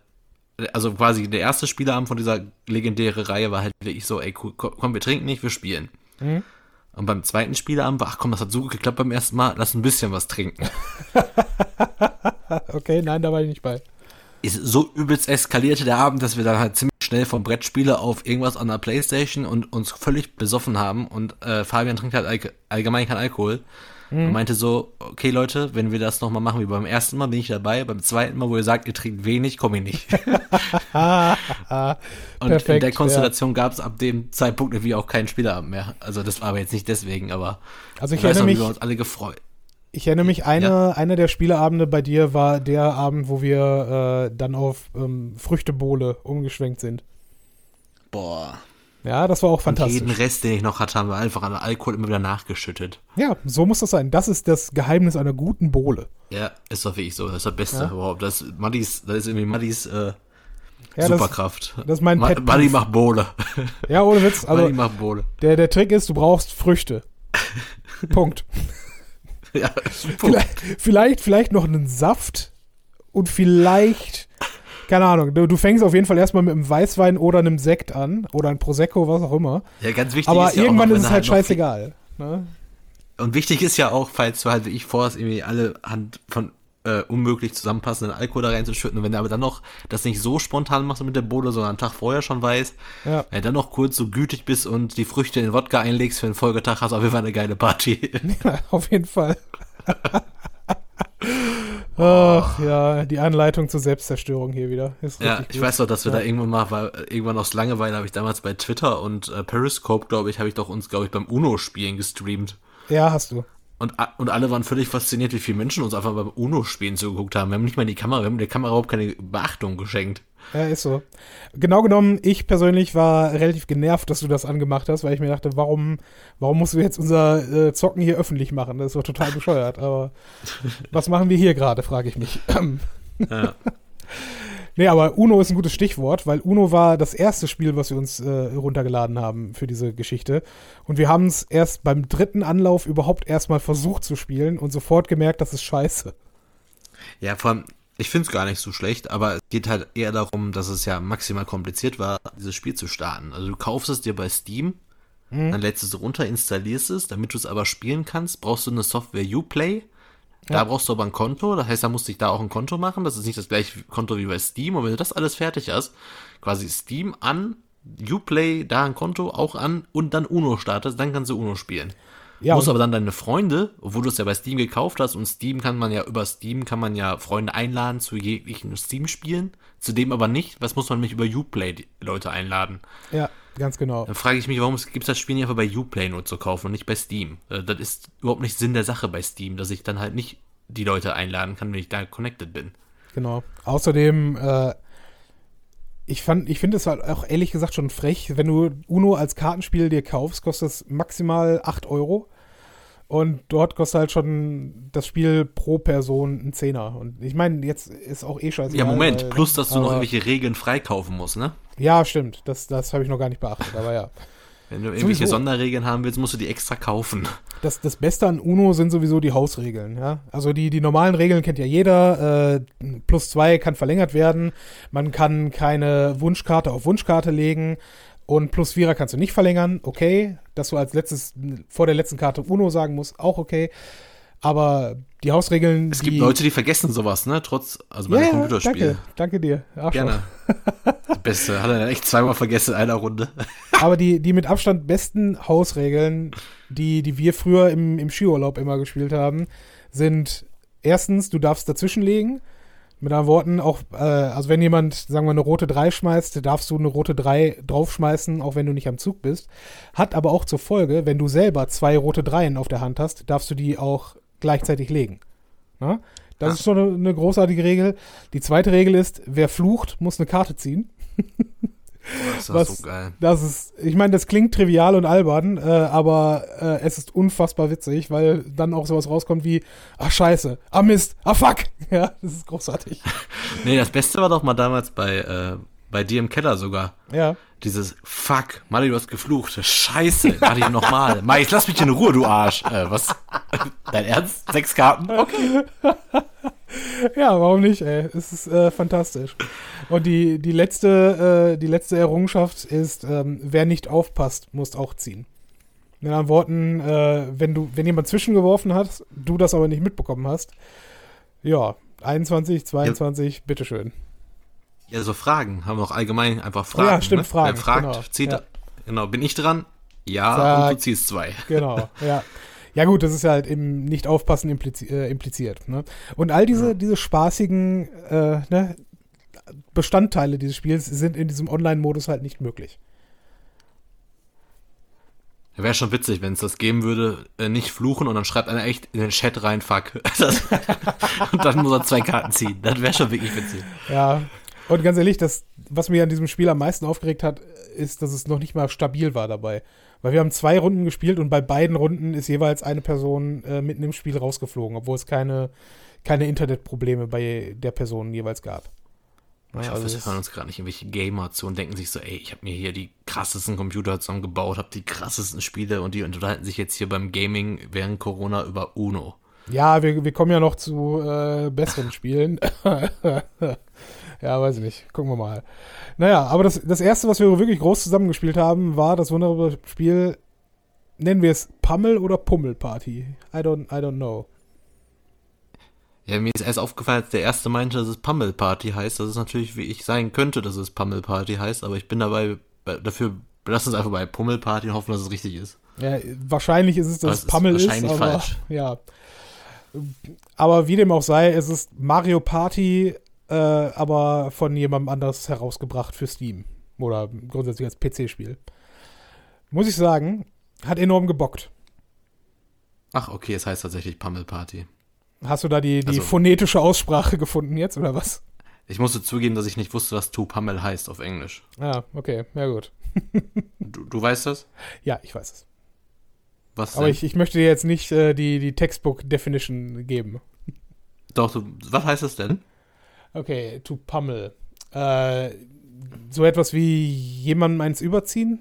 Speaker 2: der erste Spieleabend von dieser legendären Reihe war halt wirklich so, ey, cool, komm, wir trinken nicht, wir spielen. Und beim zweiten Spieleabend war, ach komm, das hat so gut geklappt beim ersten Mal, lass ein bisschen was trinken.
Speaker 1: Okay, nein, da war ich nicht bei.
Speaker 2: Ist so übelst eskalierte der Abend, dass wir dann halt ziemlich schnell vom Brettspiele auf irgendwas an der Playstation und uns völlig besoffen haben und Fabian trinkt halt allgemein kein Alkohol. Und meinte so, okay Leute, wenn wir das nochmal machen wie beim ersten Mal, bin ich dabei. Beim zweiten Mal, wo ihr sagt, ihr trinkt wenig, komme ich nicht. Und perfekt, in der Konstellation gab es ab dem Zeitpunkt irgendwie auch keinen Spieleabend mehr. Also das war aber jetzt nicht deswegen, aber
Speaker 1: also ich erinnere mich,
Speaker 2: wir uns alle gefreut.
Speaker 1: Ich erinnere mich, einer der Spieleabende bei dir war der Abend, wo wir dann auf Früchtebowle umgeschwenkt sind.
Speaker 2: Boah.
Speaker 1: Ja, das war auch fantastisch.
Speaker 2: Und jeden Rest, den ich noch hatte, haben wir einfach an Alkohol immer wieder nachgeschüttet.
Speaker 1: Ja, so muss das sein. Das ist das Geheimnis einer guten Bowle.
Speaker 2: Ja, ist doch wirklich so. Das ist das Beste überhaupt. Das ist irgendwie Maddis
Speaker 1: ja,
Speaker 2: Superkraft.
Speaker 1: Das ist mein Pet.
Speaker 2: Maddi macht Bowle.
Speaker 1: Ja, ohne Witz. Also,
Speaker 2: Maddi macht Bowle.
Speaker 1: Der Trick ist, du brauchst Früchte. Punkt.
Speaker 2: Ja,
Speaker 1: vielleicht noch einen Saft und vielleicht, keine Ahnung, du fängst auf jeden Fall erstmal mit einem Weißwein oder einem Sekt an oder ein Prosecco, was auch immer.
Speaker 2: Ja, ganz wichtig
Speaker 1: aber
Speaker 2: ist ja
Speaker 1: irgendwann
Speaker 2: auch noch,
Speaker 1: ist es halt scheißegal. Ne?
Speaker 2: Und wichtig ist ja auch, falls du halt wie ich vorhast, irgendwie alle Hand von unmöglich zusammenpassenden Alkohol da reinzuschütten. Und wenn du aber dann noch das nicht so spontan machst mit der Bowle, sondern einen Tag vorher schon weißt, wenn du dann noch kurz so gütig bist und die Früchte in Wodka einlegst für den Folgetag, hast du auf jeden Fall eine geile Party.
Speaker 1: Ja, auf jeden Fall. Ach ja, die Anleitung zur Selbstzerstörung hier wieder. Ist
Speaker 2: ja, ich weiß doch, dass wir da irgendwann aus Langeweile habe ich damals bei Twitter und Periscope, glaube ich, beim Uno-Spielen gestreamt.
Speaker 1: Ja, hast du.
Speaker 2: Und alle waren völlig fasziniert, wie viele Menschen uns einfach beim Uno-Spielen zugeguckt haben. Wir haben nicht mal wir haben der Kamera überhaupt keine Beachtung geschenkt.
Speaker 1: Ja, ist so. Genau genommen, ich persönlich war relativ genervt, dass du das angemacht hast, weil ich mir dachte, warum musst du jetzt unser Zocken hier öffentlich machen? Das ist doch total bescheuert. Aber was machen wir hier gerade, frage ich mich.
Speaker 2: Ja.
Speaker 1: Nee, aber Uno ist ein gutes Stichwort, weil Uno war das erste Spiel, was wir uns runtergeladen haben für diese Geschichte. Und wir haben es erst beim 3. Anlauf überhaupt erstmal versucht zu spielen und sofort gemerkt, das ist scheiße.
Speaker 2: Ja, vor allem, ich finde es gar nicht so schlecht, aber es geht halt eher darum, dass es ja maximal kompliziert war, dieses Spiel zu starten. Also du kaufst es dir bei Steam, dann lädst es runter, installierst es, damit du es aber spielen kannst, brauchst du eine Software Uplay. Da brauchst du aber ein Konto, das heißt, da musst du da auch ein Konto machen, das ist nicht das gleiche Konto wie bei Steam, und wenn du das alles fertig hast, quasi Steam an, Uplay, da ein Konto auch an und dann Uno startest, dann kannst du Uno spielen. Ja, musst aber dann deine Freunde, obwohl du es ja bei Steam gekauft hast, und über Steam kann man ja Freunde einladen zu jeglichen Steam-Spielen, zudem aber nicht, was muss man nämlich über Uplay die Leute einladen.
Speaker 1: Ja. Ganz genau.
Speaker 2: Dann frage ich mich, warum gibt es das Spiel nicht einfach bei Uplay nur zu kaufen und nicht bei Steam? Das ist überhaupt nicht Sinn der Sache bei Steam, dass ich dann halt nicht die Leute einladen kann, wenn ich da connected bin.
Speaker 1: Genau. Außerdem, ich finde es halt auch ehrlich gesagt schon frech, wenn du Uno als Kartenspiel dir kaufst, kostet es maximal 8 Euro. Und dort kostet halt schon das Spiel pro Person einen Zehner. Und ich meine, jetzt ist auch scheiße.
Speaker 2: Ja, Moment, plus, dass du noch irgendwelche Regeln freikaufen musst, ne?
Speaker 1: Ja, stimmt. Das habe ich noch gar nicht beachtet, aber ja.
Speaker 2: Wenn du irgendwelche Sonderregeln haben willst, musst du die extra kaufen.
Speaker 1: Das Beste an Uno sind sowieso die Hausregeln, ja. Also die normalen Regeln kennt ja jeder. +2 kann verlängert werden. Man kann keine Wunschkarte auf Wunschkarte legen. Und +4 kannst du nicht verlängern, okay. Dass du als letztes vor der letzten Karte Uno sagen musst, auch okay. Aber die Hausregeln.
Speaker 2: Es gibt Leute, die vergessen sowas, ne? Also bei einem Computerspiel.
Speaker 1: Danke dir. Arschloch.
Speaker 2: Gerne. Das Beste. Hat er echt zweimal vergessen in einer Runde.
Speaker 1: Aber die mit Abstand besten Hausregeln, die wir früher im Skiurlaub immer gespielt haben, sind erstens, du darfst dazwischenlegen. Mit anderen Worten, auch, also wenn jemand, sagen wir, eine rote 3 schmeißt, darfst du eine rote 3 draufschmeißen, auch wenn du nicht am Zug bist. Hat aber auch zur Folge, wenn du selber 2 rote 3 auf der Hand hast, darfst du die auch gleichzeitig legen. Na? Das ist schon eine großartige Regel. Die zweite Regel ist, wer flucht, muss eine Karte ziehen.
Speaker 2: Das ist so geil.
Speaker 1: Ich meine, das klingt trivial und albern, aber es ist unfassbar witzig, weil dann auch sowas rauskommt wie, ach scheiße, ah Mist, ah fuck. Ja, das ist großartig.
Speaker 2: Nee, das Beste war doch mal damals bei dir im Keller sogar.
Speaker 1: Ja.
Speaker 2: Dieses Fuck, Mali, du hast geflucht. Scheiße, warte ich nochmal. Mali, jetzt lass mich in Ruhe, du Arsch. Was? Dein Ernst? 6 Karten? Okay.
Speaker 1: Ja, warum nicht, ey? Es ist fantastisch. Und die letzte Errungenschaft ist, wer nicht aufpasst, muss auch ziehen. Mit anderen Worten, wenn jemand zwischengeworfen hat, du das aber nicht mitbekommen hast, ja, 21, 22, ja. Bitteschön.
Speaker 2: Ja, so Fragen haben wir auch allgemein einfach Fragen.
Speaker 1: Ja, stimmt,
Speaker 2: ne?
Speaker 1: Fragen.
Speaker 2: Wer fragt,
Speaker 1: genau,
Speaker 2: zieht
Speaker 1: ja.
Speaker 2: Genau, bin ich dran? Ja,
Speaker 1: Sag,
Speaker 2: und du ziehst 2.
Speaker 1: Genau, ja. Ja gut, das ist halt im Nicht-Aufpassen impliziert. Ne? Und all diese spaßigen Bestandteile dieses Spiels sind in diesem Online-Modus halt nicht möglich.
Speaker 2: Wäre schon witzig, wenn es das geben würde, nicht fluchen und dann schreibt einer echt in den Chat rein, fuck. Und dann muss er 2 Karten ziehen. Das wäre schon wirklich witzig.
Speaker 1: Ja, und ganz ehrlich, was mich an diesem Spiel am meisten aufgeregt hat, ist, dass es noch nicht mal stabil war dabei. Weil wir haben 2 Runden gespielt und bei beiden Runden ist jeweils eine Person mitten im Spiel rausgeflogen, obwohl es keine Internetprobleme bei der Person jeweils gab.
Speaker 2: Ich hoffe, es hören uns gerade nicht irgendwelche Gamer zu und denken sich so, ey, ich habe mir hier die krassesten Computer zusammengebaut, habe die krassesten Spiele und die unterhalten sich jetzt hier beim Gaming während Corona über Uno.
Speaker 1: Ja, wir kommen ja noch zu besseren Spielen. Ja, weiß ich nicht. Gucken wir mal. Naja, aber das erste, was wir wirklich groß zusammengespielt haben, war das wunderbare Spiel, nennen wir es Pummel oder Pummelparty? I don't know.
Speaker 2: Ja, mir ist erst aufgefallen, als der Erste meinte, dass es Pummelparty heißt. Das ist natürlich, wie ich sagen könnte, dass es Pummelparty heißt, aber ich bin dabei dafür, lass uns einfach bei Pummelparty und hoffen, dass es richtig ist.
Speaker 1: Ja, wahrscheinlich ist es, dass es Pummel ist,
Speaker 2: wahrscheinlich
Speaker 1: aber
Speaker 2: falsch.
Speaker 1: Ja. Aber wie dem auch sei, es ist Mario Party, aber von jemandem anders herausgebracht für Steam. Oder grundsätzlich als PC-Spiel. Muss ich sagen, hat enorm gebockt.
Speaker 2: Ach, okay, es heißt tatsächlich Pummelparty.
Speaker 1: Hast du da die phonetische Aussprache gefunden jetzt, oder was?
Speaker 2: Ich musste zugeben, dass ich nicht wusste, was To Pummel heißt auf Englisch.
Speaker 1: Ah, okay, ja gut.
Speaker 2: Du weißt das?
Speaker 1: Ja, ich weiß es.
Speaker 2: Was denn?
Speaker 1: Aber ich möchte dir jetzt nicht die Textbook-Definition geben.
Speaker 2: Doch, was heißt das denn?
Speaker 1: Okay, to pummel. So etwas wie jemandem eins überziehen?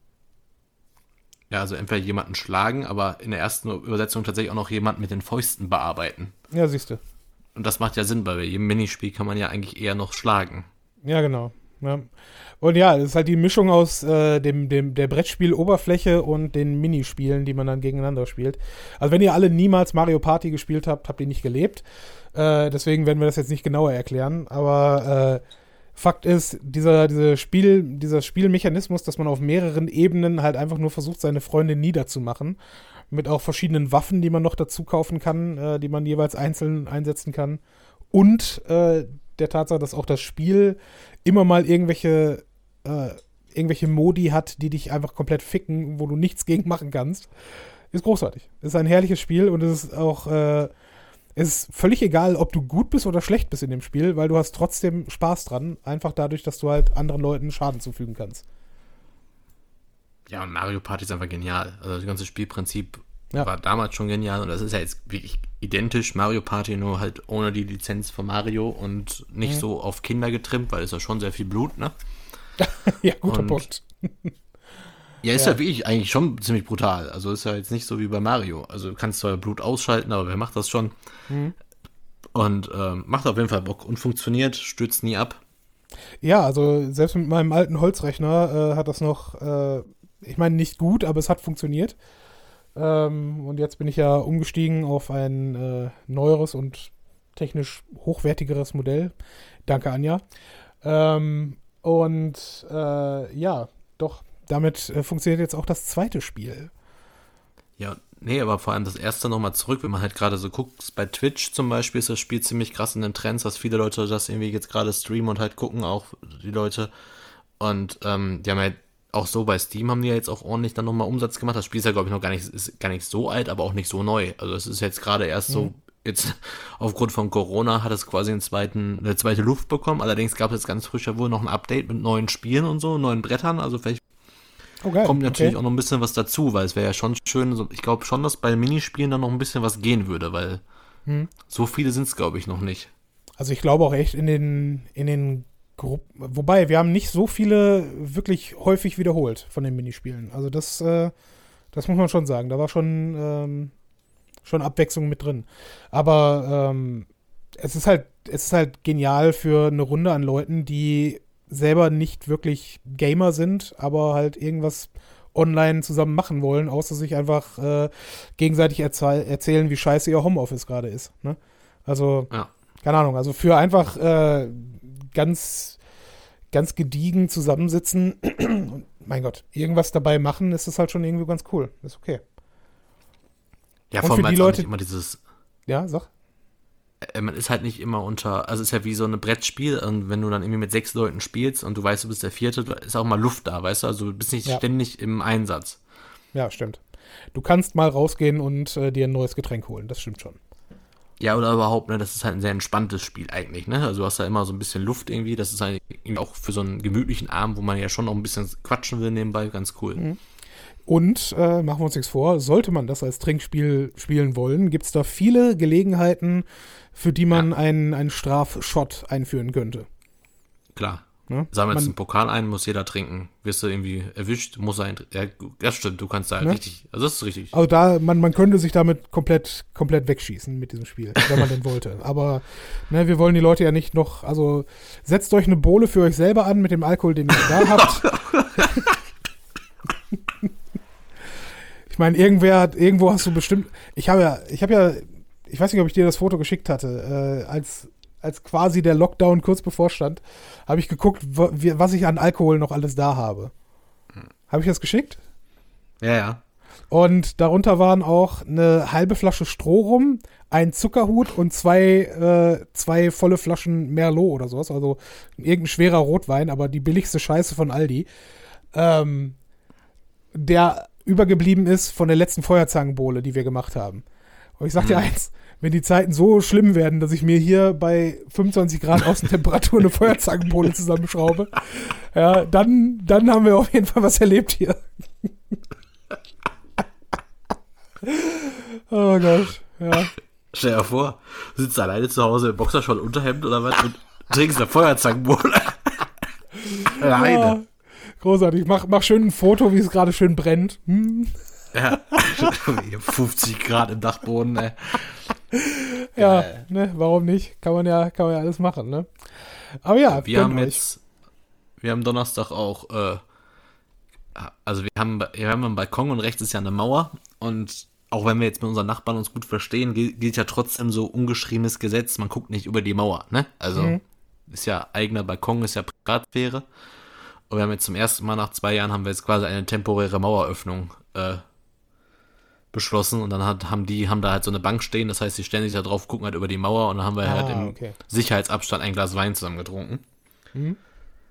Speaker 2: Ja, also entweder jemanden schlagen, aber in der ersten Übersetzung tatsächlich auch noch jemanden mit den Fäusten bearbeiten.
Speaker 1: Ja, siehst du.
Speaker 2: Und das macht ja Sinn, weil bei jedem Minispiel kann man ja eigentlich eher noch schlagen.
Speaker 1: Ja, genau. Ja. Und ja, das ist halt die Mischung aus der Brettspieloberfläche und den Minispielen, die man dann gegeneinander spielt. Also wenn ihr alle niemals Mario Party gespielt habt, habt ihr nicht gelebt. Deswegen werden wir das jetzt nicht genauer erklären. Aber Fakt ist, dieser Spielmechanismus, dass man auf mehreren Ebenen halt einfach nur versucht, seine Freunde niederzumachen. Mit auch verschiedenen Waffen, die man noch dazu kaufen kann, die man jeweils einzeln einsetzen kann. Und der Tatsache, dass auch das Spiel immer mal irgendwelche irgendwelche Modi hat, die dich einfach komplett ficken, wo du nichts gegen machen kannst. Ist großartig. Ist ein herrliches Spiel und es ist auch, es ist völlig egal, ob du gut bist oder schlecht bist in dem Spiel, weil du hast trotzdem Spaß dran, einfach dadurch, dass du halt anderen Leuten Schaden zufügen kannst.
Speaker 2: Ja, und Mario Party ist einfach genial. Also das ganze Spielprinzip
Speaker 1: Ja.
Speaker 2: war damals schon genial und das ist ja jetzt wirklich identisch. Mario Party, nur halt ohne die Lizenz von Mario und nicht so auf Kinder getrimmt, weil es ja schon sehr viel Blut, ne?
Speaker 1: Ja, guter
Speaker 2: Und-
Speaker 1: Punkt.
Speaker 2: Ja, ist ja wirklich eigentlich schon ziemlich brutal. Also ist ja jetzt nicht so wie bei Mario. Also du kannst zwar Blut ausschalten, aber wer macht das schon? Und macht auf jeden Fall Bock und funktioniert, stürzt nie ab.
Speaker 1: Ja, also selbst mit meinem alten Holzrechner hat das noch, ich meine nicht gut, aber es hat funktioniert. Und jetzt bin ich ja umgestiegen auf ein neueres und technisch hochwertigeres Modell. Danke, Anja. Ja, doch, damit funktioniert jetzt auch das zweite Spiel.
Speaker 2: Ja, nee, aber vor allem das erste nochmal zurück, wenn man halt gerade so guckt, bei Twitch zum Beispiel ist das Spiel ziemlich krass in den Trends, dass viele Leute das irgendwie jetzt gerade streamen und halt gucken, auch die Leute. Und die haben halt auch so bei Steam haben die ja jetzt auch ordentlich dann nochmal Umsatz gemacht. Das Spiel ist ja, glaube ich, noch gar nicht so alt, aber auch nicht so neu. Also es ist jetzt gerade erst so, jetzt aufgrund von Corona hat es quasi eine zweite Luft bekommen. Allerdings gab es jetzt ganz frisch ja wohl noch ein Update mit neuen Spielen und so, neuen Brettern. Also vielleicht
Speaker 1: Oh, geil.
Speaker 2: kommt natürlich
Speaker 1: okay.
Speaker 2: auch noch ein bisschen was dazu, weil es wäre ja schon schön, so, ich glaube schon, dass bei Minispielen dann noch ein bisschen was gehen würde, weil so viele sind es, glaube ich, noch nicht.
Speaker 1: Also ich glaube auch echt in den Gruppen, wobei wir haben nicht so viele wirklich häufig wiederholt von den Minispielen. Also das muss man schon sagen. Da war schon Abwechslung mit drin. Aber es ist halt genial für eine Runde an Leuten, die selber nicht wirklich Gamer sind, aber halt irgendwas online zusammen machen wollen, außer sich einfach gegenseitig erzählen, wie scheiße ihr Homeoffice gerade ist. Ne? Also,
Speaker 2: Ja.
Speaker 1: keine Ahnung, also für einfach ganz, ganz gediegen zusammensitzen und, mein Gott, irgendwas dabei machen, ist das halt schon irgendwie ganz cool. Ist okay.
Speaker 2: Ja,
Speaker 1: Und
Speaker 2: vor
Speaker 1: für
Speaker 2: allem
Speaker 1: die
Speaker 2: weil es auch
Speaker 1: Leute-
Speaker 2: nicht immer dieses,
Speaker 1: Ja, sag.
Speaker 2: man ist halt nicht immer also es ist ja wie so ein Brettspiel und wenn du dann irgendwie mit 6 Leuten spielst und du weißt, du bist der Vierte, ist auch mal Luft da, weißt du, also du bist nicht
Speaker 1: Ja.
Speaker 2: ständig im Einsatz.
Speaker 1: Ja, stimmt. Du kannst mal rausgehen und dir ein neues Getränk holen, das stimmt schon.
Speaker 2: Ja, oder überhaupt, ne, das ist halt ein sehr entspanntes Spiel eigentlich, ne, also du hast da immer so ein bisschen Luft irgendwie, das ist halt irgendwie auch für so einen gemütlichen Abend, wo man ja schon noch ein bisschen quatschen will nebenbei, ganz cool.
Speaker 1: Und, machen wir uns nichts vor, sollte man das als Trinkspiel spielen wollen, gibt es da viele Gelegenheiten, für die man einen Strafshot einführen könnte.
Speaker 2: Klar.
Speaker 1: Ne?
Speaker 2: Sammelst
Speaker 1: Man-
Speaker 2: einen Pokal ein, muss jeder trinken. Wirst du irgendwie erwischt, muss er ja, das stimmt, du kannst da
Speaker 1: Ne?
Speaker 2: richtig, also das ist richtig.
Speaker 1: Also man könnte sich damit komplett wegschießen mit diesem Spiel, wenn man denn wollte. Aber ne, wir wollen die Leute ja nicht noch, also setzt euch eine Bohle für euch selber an mit dem Alkohol, den ihr da habt. Ich meine, irgendwo hast du bestimmt, ich weiß nicht, ob ich dir das Foto geschickt hatte, als quasi der Lockdown kurz bevorstand, habe ich geguckt, was ich an Alkohol noch alles da habe. Habe ich das geschickt?
Speaker 2: Ja, ja.
Speaker 1: Und darunter waren auch eine halbe Flasche Strohrum, ein Zuckerhut und zwei volle Flaschen Merlot oder sowas. Also irgendein schwerer Rotwein, aber die billigste Scheiße von Aldi. Der übergeblieben ist von der letzten Feuerzangenbowle, die wir gemacht haben. Und ich sag dir eins, wenn die Zeiten so schlimm werden, dass ich mir hier bei 25 Grad Außentemperatur eine Feuerzangenbowle zusammenschraube, ja, dann haben wir auf jeden Fall was erlebt hier. Oh Gott, ja.
Speaker 2: Stell dir vor, du sitzt alleine zu Hause im Boxershort, Unterhemd oder was und trinkst eine Feuerzangenbowle. Alleine.
Speaker 1: Ja, großartig. Mach schön ein Foto, wie es gerade schön brennt.
Speaker 2: Ja. 50 Grad im Dachboden, ey.
Speaker 1: Ja, ne, warum nicht? Kann man ja alles machen, ne? Aber ja,
Speaker 2: Wir haben
Speaker 1: euch.
Speaker 2: wir haben Donnerstag auch, also wir haben einen Balkon und rechts ist ja eine Mauer und auch wenn wir jetzt mit unseren Nachbarn uns gut verstehen, gilt ja trotzdem so ungeschriebenes Gesetz, man guckt nicht über die Mauer, ne? Also ist ja eigener Balkon, ist ja Privatsphäre. Und wir haben jetzt zum ersten Mal nach 2 Jahren haben wir jetzt quasi eine temporäre Maueröffnung beschlossen und dann haben da halt so eine Bank stehen, das heißt, die stellen sich da drauf, gucken halt über die Mauer und dann haben wir halt im
Speaker 1: Okay.
Speaker 2: Sicherheitsabstand ein Glas Wein zusammen getrunken. Und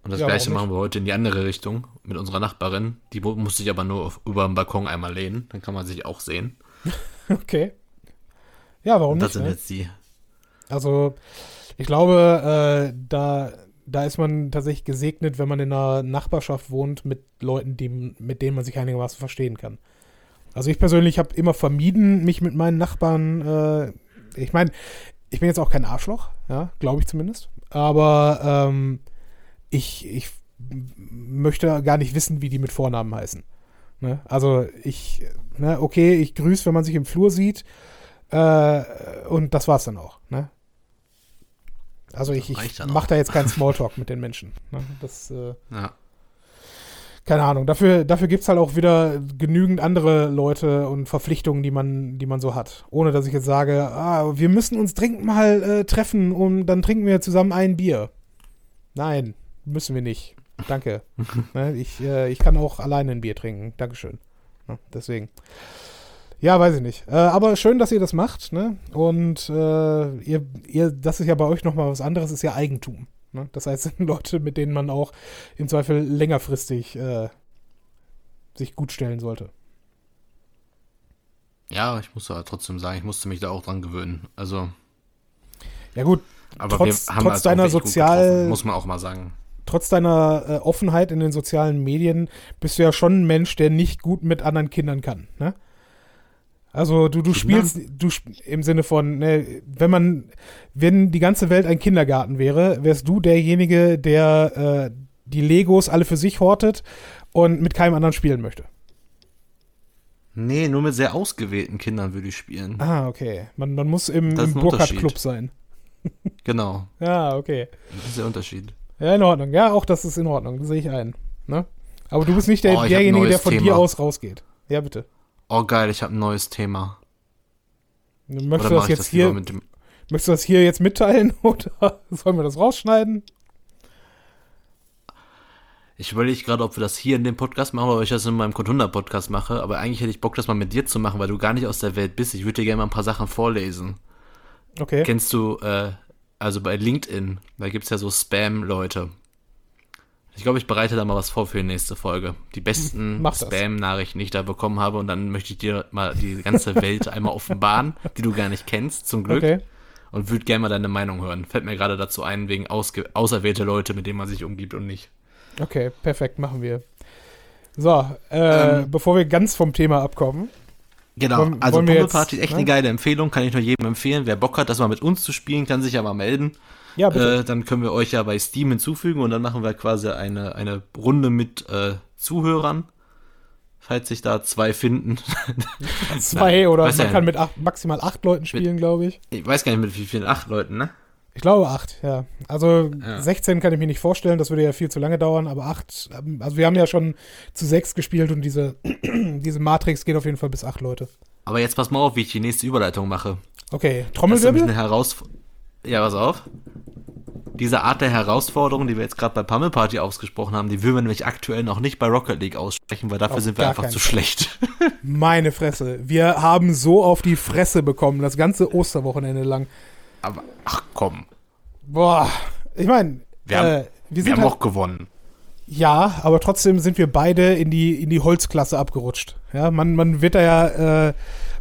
Speaker 2: Und das
Speaker 1: Ja,
Speaker 2: gleiche
Speaker 1: warum
Speaker 2: machen wir heute in die andere Richtung mit unserer Nachbarin. Die muss sich aber nur über den Balkon einmal lehnen. Dann kann man sich auch sehen.
Speaker 1: Okay. Ja, warum
Speaker 2: Und das
Speaker 1: nicht?
Speaker 2: sind
Speaker 1: Ne?
Speaker 2: jetzt die.
Speaker 1: Also, ich glaube, da ist man tatsächlich gesegnet, wenn man in einer Nachbarschaft wohnt mit Leuten, mit denen man sich einigermaßen verstehen kann. Also ich persönlich habe immer vermieden, mich mit meinen Nachbarn, ich meine, ich bin jetzt auch kein Arschloch, ja, glaube ich zumindest, aber ich möchte gar nicht wissen, wie die mit Vornamen heißen. Ne? Also okay, ich grüße, wenn man sich im Flur sieht, und das war's dann auch. Ne? Also ich mache da jetzt keinen Smalltalk mit den Menschen. Ne? Das,
Speaker 2: Ja.
Speaker 1: keine Ahnung. Dafür gibt es halt auch wieder genügend andere Leute und Verpflichtungen, die man so hat. Ohne dass ich jetzt sage, wir müssen uns dringend mal treffen und dann trinken wir zusammen ein Bier. Nein, müssen wir nicht. Danke. Ne? Ich kann auch alleine ein Bier trinken. Dankeschön. Ne? Deswegen. Ja, weiß ich nicht. Aber schön, dass ihr das macht. Ne? Und das ist ja bei euch nochmal was anderes, ist ja Eigentum. Ne? Das heißt, es sind Leute, mit denen man auch im Zweifel längerfristig sich gut stellen sollte.
Speaker 2: Ja, ich muss aber trotzdem sagen, ich musste mich da auch dran gewöhnen. Also.
Speaker 1: Ja gut,
Speaker 2: aber
Speaker 1: trotz
Speaker 2: das
Speaker 1: deiner
Speaker 2: auch wirklich gut getroffen, muss man auch mal sagen.
Speaker 1: Trotz deiner Offenheit in den sozialen Medien bist du ja schon ein Mensch, der nicht gut mit anderen Kindern kann. Ne? Also du spielst, im Sinne von, ne, wenn die ganze Welt ein Kindergarten wäre, wärst du derjenige, der die Legos alle für sich hortet und mit keinem anderen spielen möchte.
Speaker 2: Nee, nur mit sehr ausgewählten Kindern würde ich spielen.
Speaker 1: Ah, okay. Man muss im
Speaker 2: Das ist ein
Speaker 1: Burkhardt-Club sein.
Speaker 2: Genau.
Speaker 1: Ja, okay.
Speaker 2: Das ist der Unterschied.
Speaker 1: Ja, in Ordnung. Ja, auch das ist in Ordnung. Das sehe ich ein. Ne? Aber du bist nicht derjenige, der von dir aus rausgeht. Ja, bitte.
Speaker 2: Oh geil, ich habe ein neues Thema.
Speaker 1: Möchtest du das hier jetzt mitteilen oder sollen wir das rausschneiden?
Speaker 2: Ich überlege gerade, ob wir das hier in dem Podcast machen, oder ob ich das in meinem Code 100 Podcast mache, aber eigentlich hätte ich Bock, das mal mit dir zu machen, weil du gar nicht aus der Welt bist. Ich würde dir gerne mal ein paar Sachen vorlesen.
Speaker 1: Okay.
Speaker 2: Kennst du, also bei LinkedIn, da gibt es ja so Spam-Leute. Ich glaube, ich bereite da mal was vor für die nächste Folge. Die besten Spam-Nachrichten, die ich da bekommen habe, und dann möchte ich dir mal die ganze Welt einmal offenbaren, die du gar nicht kennst, zum Glück. Okay. Und würde gerne mal deine Meinung hören. Fällt mir gerade dazu ein, wegen auserwählte Leute, mit denen man sich umgibt und nicht.
Speaker 1: Okay, perfekt, machen wir. So, bevor wir ganz vom Thema abkommen.
Speaker 2: Genau, also Pummelparty ist echt eine geile Empfehlung, kann ich nur jedem empfehlen. Wer Bock hat, das mal mit uns zu spielen, kann sich ja mal melden.
Speaker 1: Ja, bitte.
Speaker 2: Dann können wir euch ja bei Steam hinzufügen und dann machen wir quasi eine Runde mit Zuhörern, falls sich da 2 finden.
Speaker 1: 2 oder man kann mit maximal 8 Leuten spielen, glaube ich.
Speaker 2: Ich weiß gar nicht, mit wie vielen, 8 Leuten, ne?
Speaker 1: Ich glaube 8, ja. Also 16 kann ich mir nicht vorstellen, das würde ja viel zu lange dauern, aber 8, also wir haben ja schon zu 6 gespielt und diese Matrix geht auf jeden Fall bis 8 Leute.
Speaker 2: Aber jetzt pass mal auf, wie ich die nächste Überleitung mache.
Speaker 1: Okay, Trommelwirbel?
Speaker 2: Ja, pass auf. Diese Art der Herausforderung, die wir jetzt gerade bei Pummelparty ausgesprochen haben, die würden wir nämlich aktuell noch nicht bei Rocket League aussprechen, weil dafür sind wir einfach zu schlecht.
Speaker 1: Meine Fresse. Wir haben so auf die Fresse bekommen, das ganze Osterwochenende lang.
Speaker 2: Aber, ach komm.
Speaker 1: Boah, ich meine,
Speaker 2: wir haben auch gewonnen.
Speaker 1: Ja, aber trotzdem sind wir beide in die Holzklasse abgerutscht. Ja, man wird da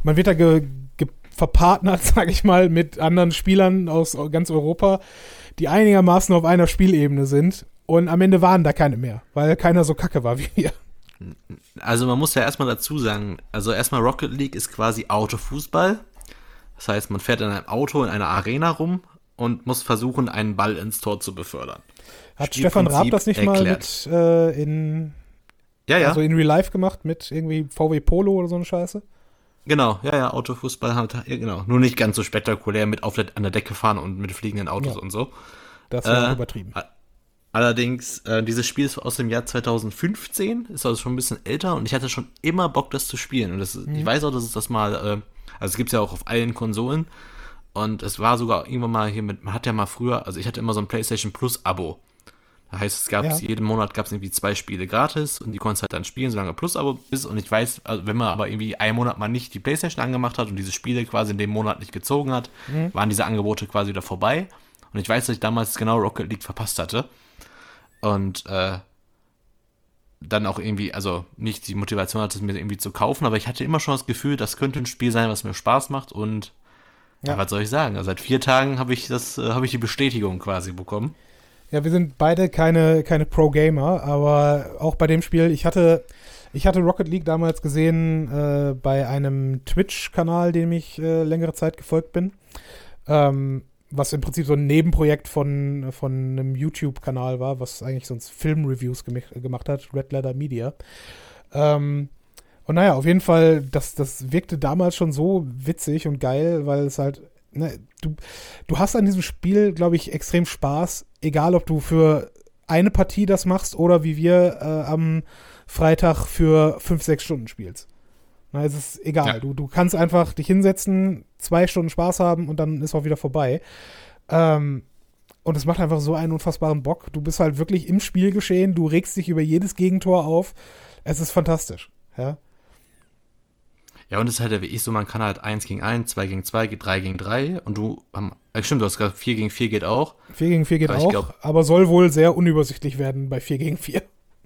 Speaker 1: verpartnert, sag ich mal, mit anderen Spielern aus ganz Europa, die einigermaßen auf einer Spielebene sind. Und am Ende waren da keine mehr, weil keiner so kacke war wie wir.
Speaker 2: Also man muss ja erstmal dazu sagen, also erstmal Rocket League ist quasi Autofußball. Das heißt, man fährt in einem Auto in einer Arena rum und muss versuchen, einen Ball ins Tor zu befördern.
Speaker 1: Hat Stefan Raab das nicht
Speaker 2: erklärt.
Speaker 1: Mal mit also in Real Life gemacht mit irgendwie VW Polo oder so eine Scheiße?
Speaker 2: Genau, ja, Autofußball genau. Nur nicht ganz so spektakulär mit an der Decke fahren und mit fliegenden Autos und so. Das war übertrieben. Allerdings, dieses Spiel ist aus dem Jahr 2015, ist also schon ein bisschen älter und ich hatte schon immer Bock, das zu spielen. Und ich weiß auch, dass es das mal, also es gibt es ja auch auf allen Konsolen und es war sogar irgendwann mal man hat ja mal früher, also ich hatte immer so ein PlayStation Plus Abo. Da heißt, es gab jeden Monat gab es irgendwie 2 Spiele gratis und die konntest halt dann spielen, solange Plus-Abo ist. Und ich weiß, also wenn man aber irgendwie einen Monat mal nicht die PlayStation angemacht hat und diese Spiele quasi in dem Monat nicht gezogen hat, waren diese Angebote quasi wieder vorbei. Und ich weiß, dass ich damals genau Rocket League verpasst hatte. und dann auch irgendwie, also nicht die Motivation hatte, es mir irgendwie zu kaufen, aber ich hatte immer schon das Gefühl, das könnte ein Spiel sein, was mir Spaß macht und ja, was soll ich sagen? Also seit 4 Tagen habe ich die Bestätigung quasi bekommen.
Speaker 1: Ja, wir sind beide keine Pro-Gamer, aber auch bei dem Spiel, ich hatte Rocket League damals gesehen bei einem Twitch-Kanal, dem ich längere Zeit gefolgt bin. Was im Prinzip so ein Nebenprojekt von einem YouTube-Kanal war, was eigentlich sonst Film-Reviews gemacht hat, Red Letter Media. Und naja, auf jeden Fall, das wirkte damals schon so witzig und geil, weil es halt, ne, du hast an diesem Spiel, glaube ich, extrem Spaß, egal ob du für eine Partie das machst oder wie wir am Freitag für 5-6 Stunden spielst. Na, es ist egal. Ja. Du kannst einfach dich hinsetzen, 2 Stunden Spaß haben und dann ist auch wieder vorbei. Und es macht einfach so einen unfassbaren Bock. Du bist halt wirklich im Spiel geschehen, du regst dich über jedes Gegentor auf. Es ist fantastisch. Ja.
Speaker 2: Ja, und es ist halt ja wie ich so, man kann halt 1 gegen 1, 2 gegen 2, 3 gegen 3 und stimmt, du hast gesagt, 4 gegen 4 geht auch.
Speaker 1: 4 gegen 4 geht auch, aber soll wohl sehr unübersichtlich werden bei 4 gegen 4.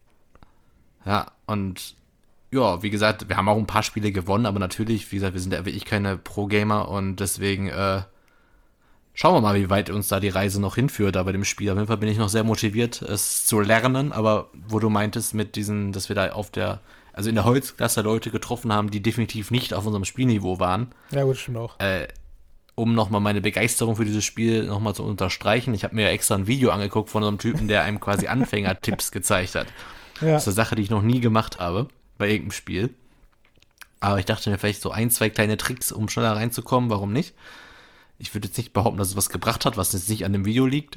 Speaker 2: Ja, und ja, wie gesagt, wir haben auch ein paar Spiele gewonnen, aber natürlich, wie gesagt, wir sind ja wirklich keine Pro-Gamer und deswegen schauen wir mal, wie weit uns da die Reise noch hinführt. Aber bei dem Spiel auf jeden Fall bin ich noch sehr motiviert, es zu lernen, aber wo du meintest mit diesen, dass wir da also in der Holzklasse Leute getroffen haben, die definitiv nicht auf unserem Spielniveau waren.
Speaker 1: Ja, gut, stimmt auch.
Speaker 2: Um nochmal meine Begeisterung für dieses Spiel nochmal zu unterstreichen. Ich habe mir ja extra ein Video angeguckt von einem Typen, der einem quasi Anfänger-Tipps gezeigt hat. Ja. Das ist eine Sache, die ich noch nie gemacht habe bei irgendeinem Spiel. Aber ich dachte mir vielleicht so 1, 2 kleine Tricks, um schneller reinzukommen. Warum nicht? Ich würde jetzt nicht behaupten, dass es was gebracht hat, was jetzt nicht an dem Video liegt.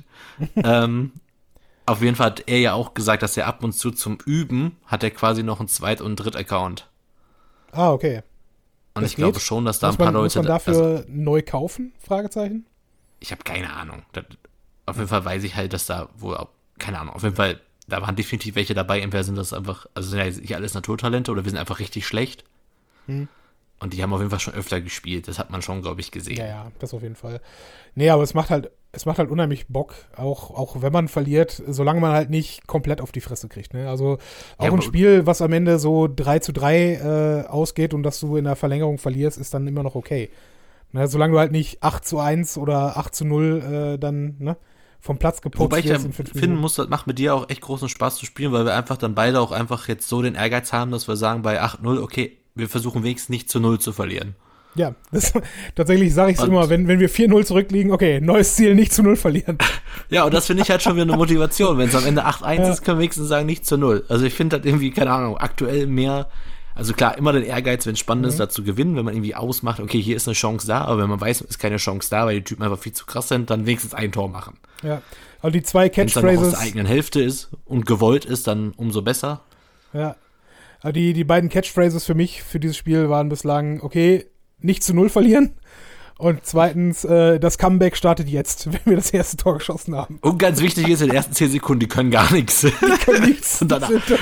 Speaker 2: Auf jeden Fall hat er ja auch gesagt, dass er ab und zu zum Üben hat er quasi noch einen Zweit- und Dritt-Account.
Speaker 1: Ah, okay.
Speaker 2: Und das ich glaube schon, dass da ein paar Leute...
Speaker 1: Muss man dafür neu kaufen? Fragezeichen?
Speaker 2: Ich habe keine Ahnung. Auf jeden Fall weiß ich halt, dass da wohl... Keine Ahnung. Auf jeden Fall, da waren definitiv welche dabei. Entweder sind das einfach... Also sind ja nicht alles Naturtalente oder wir sind einfach richtig schlecht. Und die haben auf jeden Fall schon öfter gespielt. Das hat man schon, glaube ich, gesehen.
Speaker 1: Ja, das auf jeden Fall. Nee, aber es macht halt unheimlich Bock, auch wenn man verliert, solange man halt nicht komplett auf die Fresse kriegt. Ne? Also auch ein Spiel, was am Ende so 3-3 ausgeht und dass du in der Verlängerung verlierst, ist dann immer noch okay. Ne? Solange du halt nicht 8-1 oder 8-0 dann vom Platz geputzt
Speaker 2: wirst. Wobei ich ja finden muss, das macht mit dir auch echt großen Spaß zu spielen, weil wir einfach dann beide auch einfach jetzt so den Ehrgeiz haben, dass wir sagen, bei 8-0, okay, wir versuchen wenigstens nicht zu 0 zu verlieren.
Speaker 1: Ja, tatsächlich sage ich es immer, wenn wir 4-0 zurückliegen, okay, neues Ziel, nicht zu 0 verlieren.
Speaker 2: Ja, und das finde ich halt schon wieder eine Motivation. Wenn es am Ende 8-1 ist, können wir wenigstens sagen, nicht zu 0. Also ich finde das irgendwie, keine Ahnung, aktuell mehr, also klar, immer den Ehrgeiz, wenn es spannend ist, da zu gewinnen, wenn man irgendwie ausmacht, okay, hier ist eine Chance da, aber wenn man weiß, es ist keine Chance da, weil die Typen einfach viel zu krass sind, dann wenigstens ein Tor machen.
Speaker 1: Ja, also die 2 Catchphrases.
Speaker 2: Wenn es dann aus der eigenen Hälfte ist und gewollt ist, dann umso besser.
Speaker 1: Ja, also die beiden Catchphrases für mich, für dieses Spiel waren bislang, okay, nicht zu 0 verlieren. Und zweitens, das Comeback startet jetzt, wenn wir das erste Tor geschossen haben.
Speaker 2: Und ganz wichtig ist, in den ersten 10 Sekunden, die können gar nichts. Die können nichts. und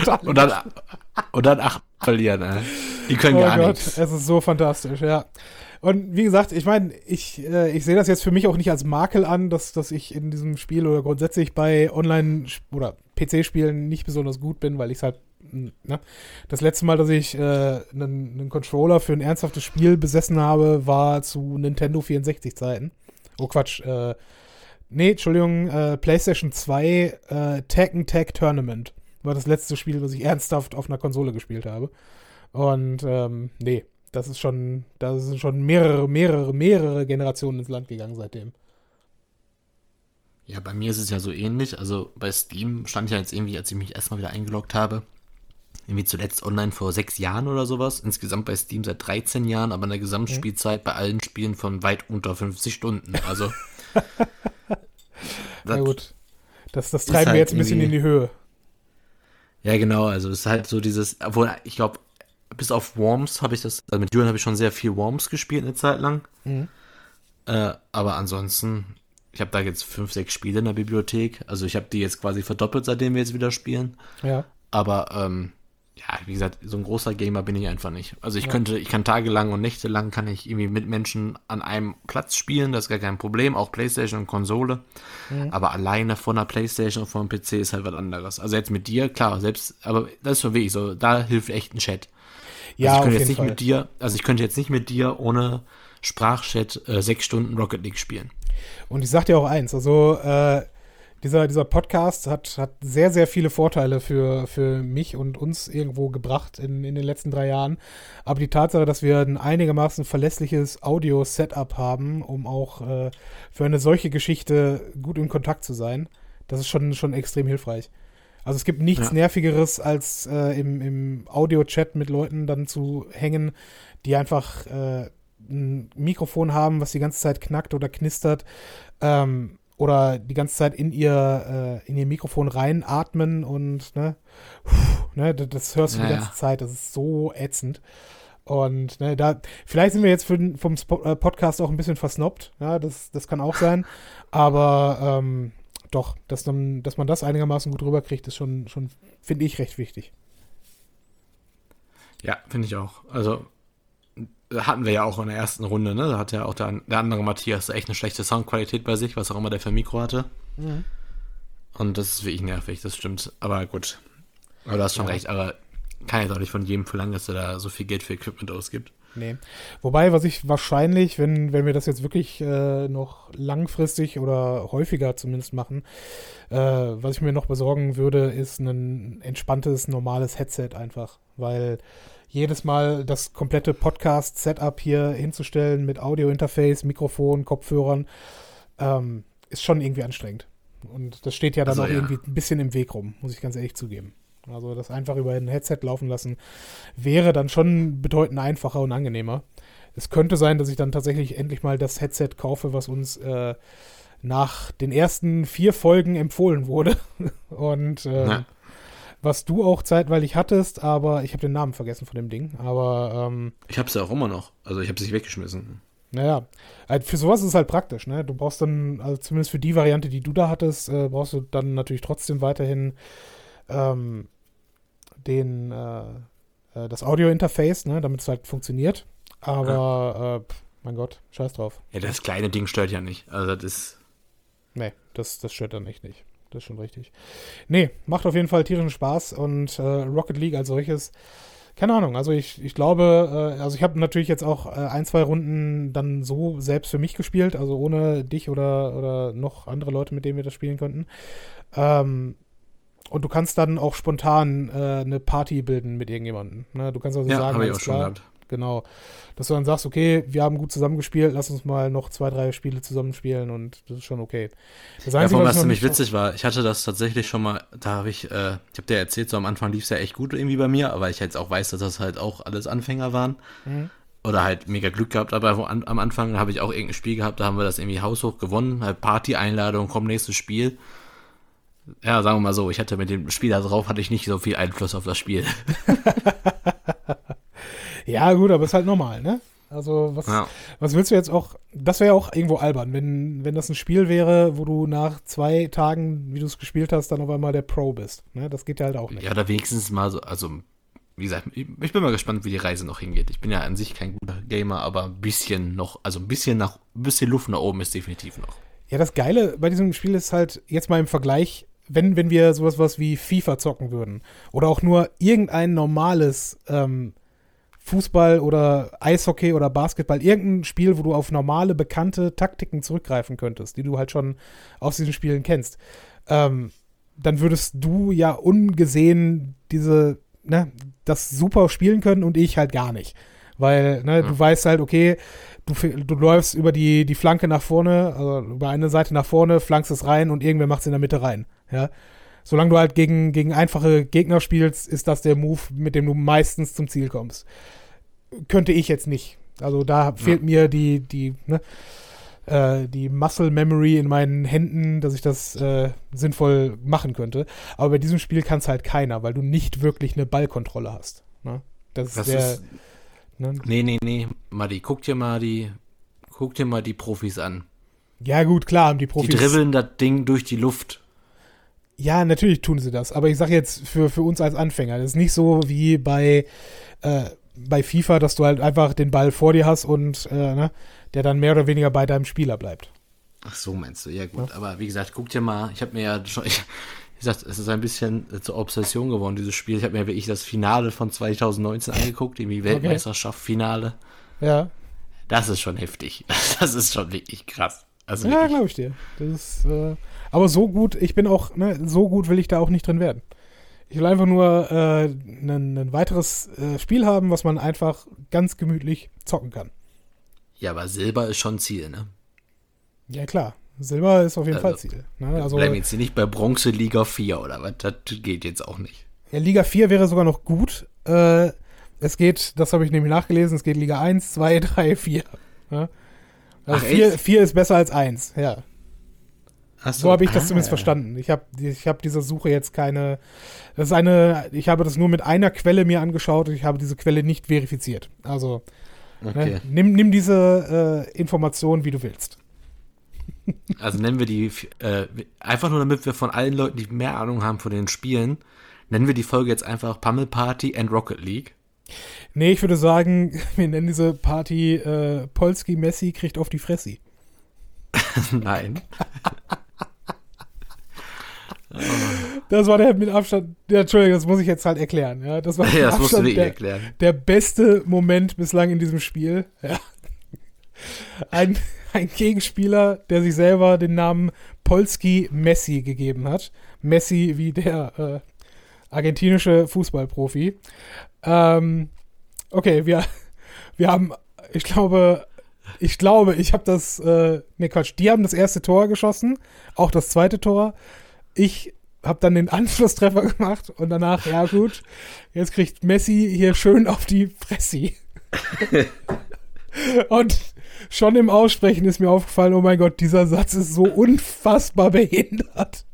Speaker 2: dann 8 verlieren. Die können gar nichts.
Speaker 1: Es ist so fantastisch, ja. Und wie gesagt, ich meine, ich sehe das jetzt für mich auch nicht als Makel an, dass ich in diesem Spiel oder grundsätzlich bei Online- oder PC-Spielen nicht besonders gut bin, weil ich es halt, das letzte Mal, dass ich einen Controller für ein ernsthaftes Spiel besessen habe, war zu Nintendo 64-Zeiten. Oh Quatsch, Entschuldigung, PlayStation 2 Tekken Tag Tournament war das letzte Spiel, was ich ernsthaft auf einer Konsole gespielt habe. Und das sind schon mehrere Generationen ins Land gegangen seitdem.
Speaker 2: Ja, bei mir ist es ja so ähnlich. Also bei Steam stand ja jetzt irgendwie, als ich mich erstmal wieder eingeloggt habe, irgendwie zuletzt online vor 6 Jahren oder sowas. Insgesamt bei Steam seit 13 Jahren, aber in der Gesamtspielzeit bei allen Spielen von weit unter 50 Stunden. Also
Speaker 1: na gut, das treiben wir jetzt ein bisschen in die Höhe.
Speaker 2: Ja, genau, also es ist halt so dieses, obwohl ich glaube, bis auf Worms habe ich das, also mit Düren habe ich schon sehr viel Worms gespielt eine Zeit lang. Aber ansonsten, ich habe da jetzt 5, 6 Spiele in der Bibliothek. Also ich habe die jetzt quasi verdoppelt, seitdem wir jetzt wieder spielen.
Speaker 1: Ja.
Speaker 2: Aber ja, wie gesagt, so ein großer Gamer bin ich einfach nicht. Also ich kann tagelang und nächtelang kann ich irgendwie mit Menschen an einem Platz spielen, das ist gar kein Problem, auch Playstation und Konsole. Aber alleine von einer Playstation und von einem PC ist halt was anderes. Also jetzt mit dir, klar, aber das ist schon wirklich so, da hilft echt ein Chat.
Speaker 1: Ja,
Speaker 2: also
Speaker 1: auf jeden Fall.
Speaker 2: ich könnte jetzt nicht mit dir ohne Sprachchat 6 Stunden Rocket League spielen.
Speaker 1: Und ich sag dir auch eins, also dieser Podcast hat sehr, sehr viele Vorteile für mich und uns irgendwo gebracht in den letzten 3 Jahren. Aber die Tatsache, dass wir ein einigermaßen verlässliches Audio-Setup haben, um auch für eine solche Geschichte gut in Kontakt zu sein, das ist schon extrem hilfreich. Also es gibt nichts Nervigeres, als im Audio-Chat mit Leuten dann zu hängen, die einfach ein Mikrofon haben, was die ganze Zeit knackt oder knistert, oder die ganze Zeit in ihr Mikrofon reinatmen und das hörst du die ganze Zeit. Das ist so ätzend. Und vielleicht sind wir jetzt vom Podcast auch ein bisschen versnobbt. Ja, das kann auch sein. Aber doch, dass man das einigermaßen gut rüberkriegt, ist schon finde ich, recht wichtig.
Speaker 2: Ja, finde ich auch. Also hatten wir ja auch in der ersten Runde, ne? Da hatte ja auch der andere Matthias echt eine schlechte Soundqualität bei sich, was auch immer der für ein Mikro hatte. Mhm. Und das ist wirklich nervig, das stimmt. Aber gut. Aber du hast schon recht, aber kann jetzt auch nicht von jedem verlangen, dass er da so viel Geld für Equipment ausgibt.
Speaker 1: Nee. Wobei, was ich wahrscheinlich, wenn wir das jetzt wirklich noch langfristig oder häufiger zumindest machen, was ich mir noch besorgen würde, ist ein entspanntes, normales Headset einfach. Weil jedes Mal das komplette Podcast-Setup hier hinzustellen mit Audio-Interface, Mikrofon, Kopfhörern, ist schon irgendwie anstrengend. Und das steht ja dann auch irgendwie ein bisschen im Weg rum, muss ich ganz ehrlich zugeben. Also das einfach über ein Headset laufen lassen, wäre dann schon bedeutend einfacher und angenehmer. Es könnte sein, dass ich dann tatsächlich endlich mal das Headset kaufe, was uns nach den ersten 4 Folgen empfohlen wurde. Und was du auch zeitweilig hattest, aber ich habe den Namen vergessen von dem Ding. Aber
Speaker 2: ich habe es ja auch immer noch. Also ich habe es nicht weggeschmissen.
Speaker 1: Naja, für sowas ist es halt praktisch, ne? Du brauchst dann, also zumindest für die Variante, die du da hattest, brauchst du dann natürlich trotzdem weiterhin das Audio-Interface, ne, damit es halt funktioniert. Aber, mein Gott, scheiß drauf.
Speaker 2: Ja, das kleine Ding stört ja nicht. Also das ist...
Speaker 1: Nee, das stört dann echt nicht. Das ist schon richtig. Nee, macht auf jeden Fall tierischen Spaß und Rocket League als solches, keine Ahnung, also ich glaube, also ich habe natürlich jetzt auch 1, 2 Runden dann so selbst für mich gespielt, also ohne dich oder noch andere Leute, mit denen wir das spielen konnten. Und du kannst dann auch spontan eine Party bilden mit irgendjemandem. Ne? Du kannst also sagen,
Speaker 2: habe ich auch schon gehabt.
Speaker 1: Genau. Dass du dann sagst, okay, wir haben gut zusammengespielt, lass uns mal noch 2, 3 Spiele zusammenspielen und das ist schon okay. Das Einzige,
Speaker 2: was ziemlich witzig war, ich hatte das tatsächlich schon mal, da habe ich habe dir erzählt, so am Anfang lief es ja echt gut irgendwie bei mir, aber ich jetzt auch weiß, dass das halt auch alles Anfänger waren. Mhm. Oder halt mega Glück gehabt, aber am Anfang habe ich auch irgendein Spiel gehabt, da haben wir das irgendwie haushoch gewonnen, halt Party-Einladung, komm, nächstes Spiel. Ja, sagen wir mal so, ich hatte mit dem Spiel da drauf, hatte ich nicht so viel Einfluss auf das Spiel.
Speaker 1: Ja, gut, aber ist halt normal, ne? Also, was willst du jetzt auch, das wäre ja auch irgendwo albern, wenn das ein Spiel wäre, wo du nach 2 Tagen, wie du es gespielt hast, dann auf einmal der Pro bist, ne? Das geht ja halt auch nicht.
Speaker 2: Ja, oder wenigstens mal so, also, wie gesagt, ich bin mal gespannt, wie die Reise noch hingeht. Ich bin ja an sich kein guter Gamer, aber ein bisschen noch, also ein bisschen Luft nach oben ist definitiv noch.
Speaker 1: Ja, das Geile bei diesem Spiel ist halt, jetzt mal im Vergleich, wenn wir sowas wie FIFA zocken würden oder auch nur irgendein normales Fußball oder Eishockey oder Basketball, irgendein Spiel, wo du auf normale, bekannte Taktiken zurückgreifen könntest, die du halt schon aus diesen Spielen kennst, dann würdest du ja ungesehen das super spielen können und ich halt gar nicht. Weil, du weißt halt, okay, du läufst über die Flanke nach vorne, also über eine Seite nach vorne, flankst es rein und irgendwer macht es in der Mitte rein. Ja? Solange du halt gegen einfache Gegner spielst, ist das der Move, mit dem du meistens zum Ziel kommst. Könnte ich jetzt nicht. Also da fehlt mir die Muscle Memory in meinen Händen, dass ich das sinnvoll machen könnte. Aber bei diesem Spiel kann es halt keiner, weil du nicht wirklich eine Ballkontrolle hast. Ne? Das ist Ne?
Speaker 2: Nee, Madi, guck dir mal die Profis an.
Speaker 1: Ja gut, klar, haben die Profis.
Speaker 2: Die dribbeln das Ding durch die Luft.
Speaker 1: Ja, natürlich tun sie das, aber ich sage jetzt für uns als Anfänger, das ist nicht so wie bei FIFA, dass du halt einfach den Ball vor dir hast und ne, der dann mehr oder weniger bei deinem Spieler bleibt.
Speaker 2: Ach so, meinst du? Ja gut, aber wie gesagt, guck dir mal, ich habe mir ja schon, wie gesagt, es ist ein bisschen zur Obsession geworden, dieses Spiel. Ich habe mir wirklich das Finale von 2019 angeguckt, irgendwie Weltmeisterschaft-Finale.
Speaker 1: Ja.
Speaker 2: Das ist schon heftig. Das ist schon wirklich krass. Also
Speaker 1: ja, glaube ich dir. Das ist, aber so gut, ich bin auch, ne, so gut will ich da auch nicht drin werden. Ich will einfach nur ein weiteres Spiel haben, was man einfach ganz gemütlich zocken kann.
Speaker 2: Ja, aber Silber ist schon Ziel, ne?
Speaker 1: Ja, klar. Silber ist auf jeden Fall Ziel. Ne? Also,
Speaker 2: bleiben jetzt hier nicht bei Bronze Liga 4 oder was? Das geht jetzt auch nicht.
Speaker 1: Ja, Liga 4 wäre sogar noch gut. Es geht, das habe ich nämlich nachgelesen, es geht Liga 1, 2, 3, 4. Ja? Also 4 ist besser als 1, ja. So habe ich das zumindest verstanden. Ich hab dieser Suche jetzt keine. Ich habe das nur mit einer Quelle mir angeschaut und ich habe diese Quelle nicht verifiziert. Also
Speaker 2: okay.
Speaker 1: Ne, nimm diese Information, wie du willst.
Speaker 2: Also nennen wir die, einfach nur damit wir von allen Leuten, die mehr Ahnung haben von den Spielen, nennen wir die Folge jetzt einfach Pummel Party and Rocket League.
Speaker 1: Nee, ich würde sagen, wir nennen diese Party Polski Messi kriegt auf die Fressi.
Speaker 2: Nein.
Speaker 1: Das war der mit Abstand, Entschuldigung, das muss ich jetzt halt erklären. Ja, das war
Speaker 2: ja, das musst du wirklich erklären.
Speaker 1: Der beste Moment bislang in diesem Spiel. Ja. Ein Gegenspieler, der sich selber den Namen Polski Messi gegeben hat. Messi wie der argentinische Fußballprofi. Okay, wir haben, ich glaube, ich habe das, Quatsch, die haben das erste Tor geschossen, auch das zweite Tor. Ich habe dann den Anschlusstreffer gemacht und danach, ja gut, jetzt kriegt Messi hier schön auf die Fressi. Und schon im Aussprechen ist mir aufgefallen, oh mein Gott, dieser Satz ist so unfassbar behindert.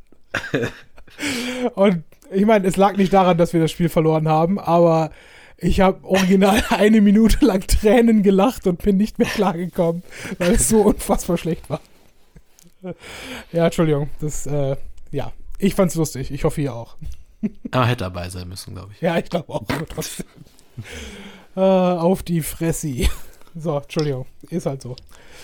Speaker 1: Und ich meine, es lag nicht daran, dass wir das Spiel verloren haben, aber ich habe original 1 Minute lang Tränen gelacht und bin nicht mehr klargekommen, weil es so unfassbar schlecht war. Ja, Entschuldigung, ja, ich fand's lustig. Ich hoffe, ihr auch.
Speaker 2: Aber hätte dabei sein müssen, glaube ich.
Speaker 1: Ja, ich glaube auch, aber trotzdem. Auf die Fressi. So, Entschuldigung, ist halt so.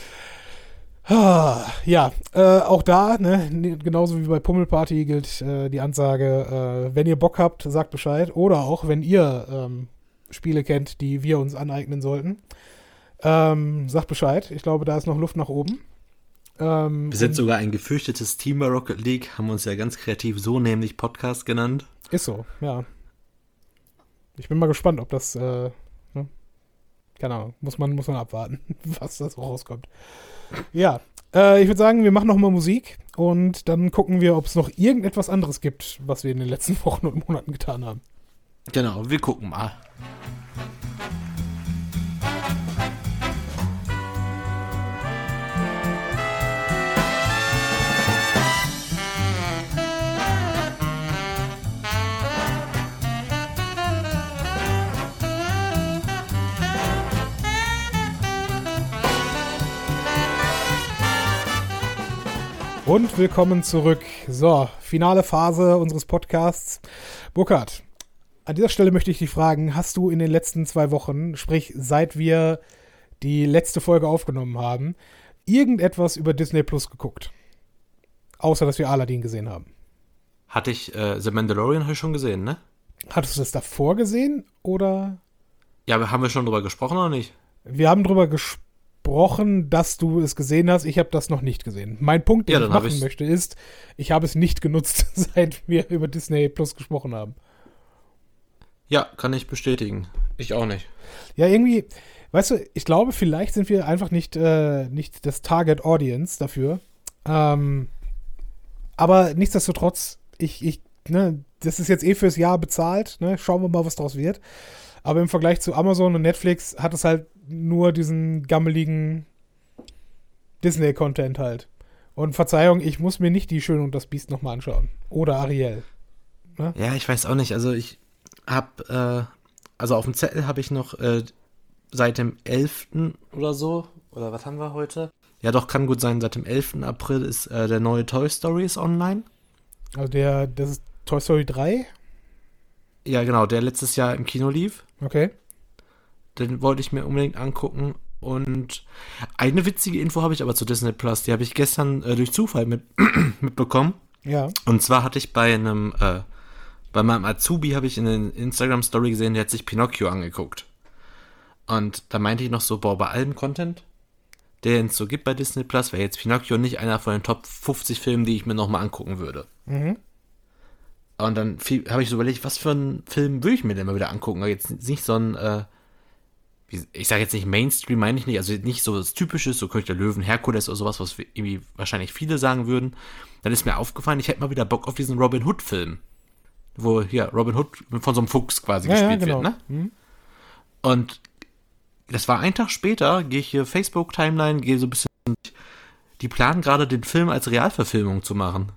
Speaker 1: Ja, auch da, ne, genauso wie bei Pummelparty gilt die Ansage, wenn ihr Bock habt, sagt Bescheid. Oder auch, wenn ihr Spiele kennt, die wir uns aneignen sollten, sagt Bescheid. Ich glaube, da ist noch Luft nach oben.
Speaker 2: Wir sind sogar ein gefürchtetes Team bei Rocket League, haben uns ja ganz kreativ so nämlich Podcast genannt.
Speaker 1: Ist so, ja. Ich bin mal gespannt, ob das, ne? Keine Ahnung, muss man abwarten, was da so rauskommt. Ja, ich würde sagen, wir machen noch mal Musik und dann gucken wir, ob es noch irgendetwas anderes gibt, was wir in den letzten Wochen und Monaten getan haben.
Speaker 2: Genau, wir gucken mal.
Speaker 1: Und willkommen zurück. So, finale Phase unseres Podcasts. Burkhard, an dieser Stelle möchte ich dich fragen, hast du in den letzten 2 Wochen, sprich seit wir die letzte Folge aufgenommen haben, irgendetwas über Disney Plus geguckt? Außer, dass wir Aladdin gesehen haben.
Speaker 2: Hatte ich The Mandalorian habe ich schon gesehen, ne?
Speaker 1: Hattest du das davor gesehen, oder?
Speaker 2: Ja, aber haben wir schon drüber gesprochen oder nicht?
Speaker 1: Wir haben drüber gesprochen, dass du es gesehen hast. Ich habe das noch nicht gesehen. Mein Punkt, den ich machen möchte, ist, ich habe es nicht genutzt, seit wir über Disney Plus gesprochen haben.
Speaker 2: Ja, kann ich bestätigen. Ich auch nicht.
Speaker 1: Ja, irgendwie, weißt du, ich glaube, vielleicht sind wir einfach nicht das Target Audience dafür. Aber nichtsdestotrotz, ne, das ist jetzt fürs Jahr bezahlt, ne? Schauen wir mal, was draus wird. Aber im Vergleich zu Amazon und Netflix hat es halt nur diesen gammeligen Disney-Content halt. Und Verzeihung, ich muss mir nicht die Schöne und das Biest nochmal anschauen. Oder Ariel. Ne?
Speaker 2: Ja, ich weiß auch nicht. Also ich habe, also auf dem Zettel habe ich noch seit dem 11. oder so, oder was haben wir heute? Ja doch, kann gut sein, seit dem 11. April ist der neue Toy Story ist online.
Speaker 1: Also das ist Toy Story 3?
Speaker 2: Ja, genau, der letztes Jahr im Kino lief.
Speaker 1: Okay.
Speaker 2: Den wollte ich mir unbedingt angucken. Und eine witzige Info habe ich aber zu Disney Plus, die habe ich gestern durch Zufall mitbekommen.
Speaker 1: Ja.
Speaker 2: Und zwar hatte ich bei meinem Azubi habe ich in der Instagram-Story gesehen, der hat sich Pinocchio angeguckt. Und da meinte ich noch so, boah, bei allem Content, den es so gibt bei Disney Plus, wäre jetzt Pinocchio nicht einer von den Top 50 Filmen, die ich mir nochmal angucken würde.
Speaker 1: Mhm.
Speaker 2: Und dann habe ich so überlegt, was für einen Film würde ich mir denn mal wieder angucken? Aber jetzt nicht so ein, ich sage jetzt nicht Mainstream, meine ich nicht, also nicht so was Typisches, so König der Löwen, Herkules oder sowas, was irgendwie wahrscheinlich viele sagen würden. Dann ist mir aufgefallen, ich hätte mal wieder Bock auf diesen Robin Hood-Film. Wo hier Robin Hood von so einem Fuchs quasi gespielt
Speaker 1: genau.
Speaker 2: wird, ne?
Speaker 1: Mhm.
Speaker 2: Und das war ein Tag später, gehe ich hier Facebook-Timeline, gehe so ein bisschen, die planen gerade den Film als Realverfilmung zu machen.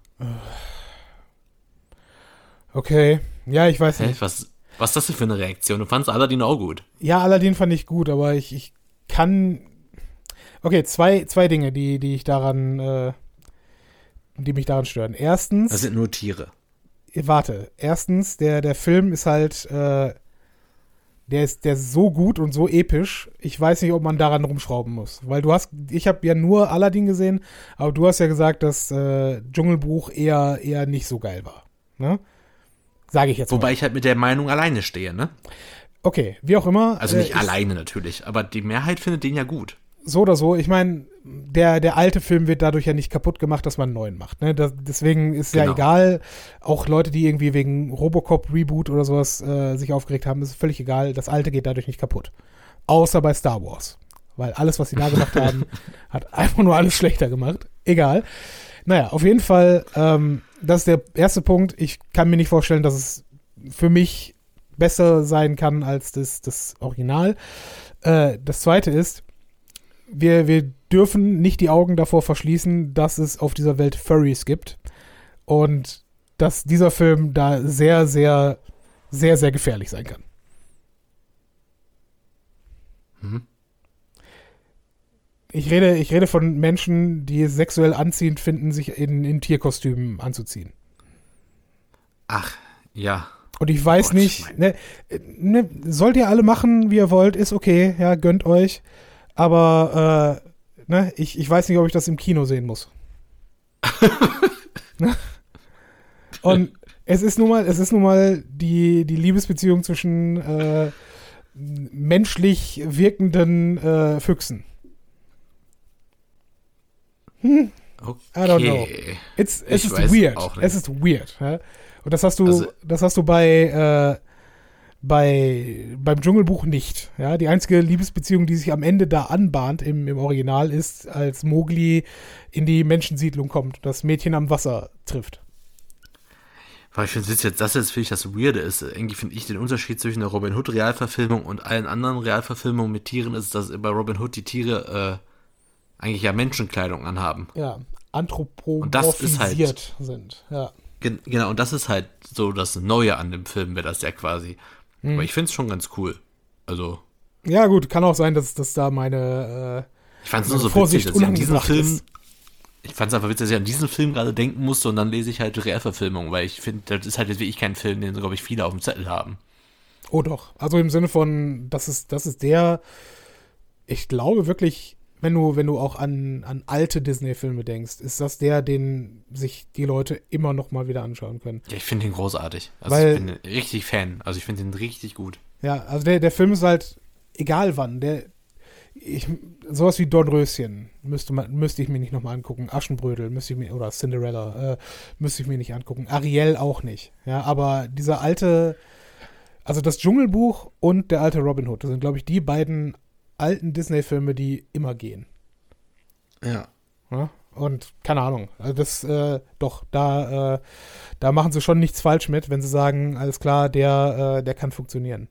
Speaker 1: Okay, ja, ich weiß nicht.
Speaker 2: Was ist das denn für eine Reaktion? Du fandst Aladdin auch gut.
Speaker 1: Ja, Aladdin fand ich gut, aber ich kann. Okay, zwei Dinge, die mich daran stören. Erstens.
Speaker 2: Das sind nur Tiere.
Speaker 1: Warte. Erstens, der Film ist halt, der ist so gut und so episch. Ich weiß nicht, ob man daran rumschrauben muss. Weil ich habe ja nur Aladdin gesehen, aber du hast ja gesagt, dass Dschungelbuch eher nicht so geil war. Ne? Sage ich jetzt
Speaker 2: Wobei
Speaker 1: mal.
Speaker 2: ich halt mit der Meinung alleine stehe, ne?
Speaker 1: Okay, wie auch immer.
Speaker 2: Also nicht alleine natürlich, aber die Mehrheit findet den ja gut.
Speaker 1: So oder so, ich meine, der alte Film wird dadurch ja nicht kaputt gemacht, dass man einen neuen macht. Ne? Deswegen ist ja egal, auch Leute, die irgendwie wegen Robocop-Reboot oder sowas sich aufgeregt haben, ist völlig egal, das alte geht dadurch nicht kaputt. Außer bei Star Wars. Weil alles, was sie da gemacht haben, hat einfach nur alles schlechter gemacht. Egal. Naja, auf jeden Fall, das ist der erste Punkt. Ich kann mir nicht vorstellen, dass es für mich besser sein kann als das Original. Das zweite ist, wir dürfen nicht die Augen davor verschließen, dass es auf dieser Welt Furries gibt und dass dieser Film da sehr, sehr, sehr, sehr gefährlich sein kann.
Speaker 2: Mhm.
Speaker 1: Ich rede von Menschen, die es sexuell anziehend finden, sich in Tierkostümen anzuziehen.
Speaker 2: Ach, ja.
Speaker 1: Und ich weiß nicht, sollt ihr alle machen, wie ihr wollt, ist okay, ja, gönnt euch. Aber ich weiß nicht, ob ich das im Kino sehen muss. Und es ist nun mal die Liebesbeziehung zwischen menschlich wirkenden Füchsen.
Speaker 2: Okay.
Speaker 1: I don't know. Es ist weird. Es ist weird. Ja? Und das hast du beim Dschungelbuch nicht. Ja? Die einzige Liebesbeziehung, die sich am Ende da anbahnt im Original, ist, als Mowgli in die Menschensiedlung kommt, das Mädchen am Wasser trifft.
Speaker 2: Weil ich finde, das jetzt finde ich das Weirde ist. Irgendwie finde ich den Unterschied zwischen der Robin Hood Realverfilmung und allen anderen Realverfilmungen mit Tieren ist, dass bei Robin Hood die Tiere eigentlich ja Menschenkleidung anhaben.
Speaker 1: Ja, anthropomorphisiert sind. Ja.
Speaker 2: Genau, und das ist halt so das Neue an dem Film, wäre das ja quasi. Aber ich finde es schon ganz cool. Also.
Speaker 1: Ja, gut, kann auch sein, dass da meine
Speaker 2: ich fand es nur so
Speaker 1: Vorsicht
Speaker 2: witzig, dass ich an diesen Film.
Speaker 1: ist.
Speaker 2: Ich fand es einfach witzig, dass ich an diesen Film gerade denken musste und dann lese ich halt die Realverfilmung, weil ich finde, das ist halt jetzt wirklich kein Film, den, glaube ich, viele auf dem Zettel haben.
Speaker 1: Oh doch. Also im Sinne von, das ist der, ich glaube wirklich, wenn du auch an alte Disney-Filme denkst, ist das der, den sich die Leute immer noch mal wieder anschauen können.
Speaker 2: Ja, ich finde ihn großartig. Also
Speaker 1: Weil,
Speaker 2: ich bin richtig Fan. Also ich finde ihn richtig gut.
Speaker 1: Ja, also der Film ist halt, egal wann, sowas wie Dornröschen müsste ich mir nicht nochmal angucken. Aschenbrödel oder Cinderella müsste ich mir nicht angucken. Ariel auch nicht. Ja, aber dieser alte, also das Dschungelbuch und der alte Robin Hood, das sind, glaube ich, die beiden alten Disney-Filme, die immer gehen.
Speaker 2: Ja.
Speaker 1: Ja? Und keine Ahnung. Also da machen sie schon nichts falsch mit, wenn sie sagen, alles klar, der kann funktionieren.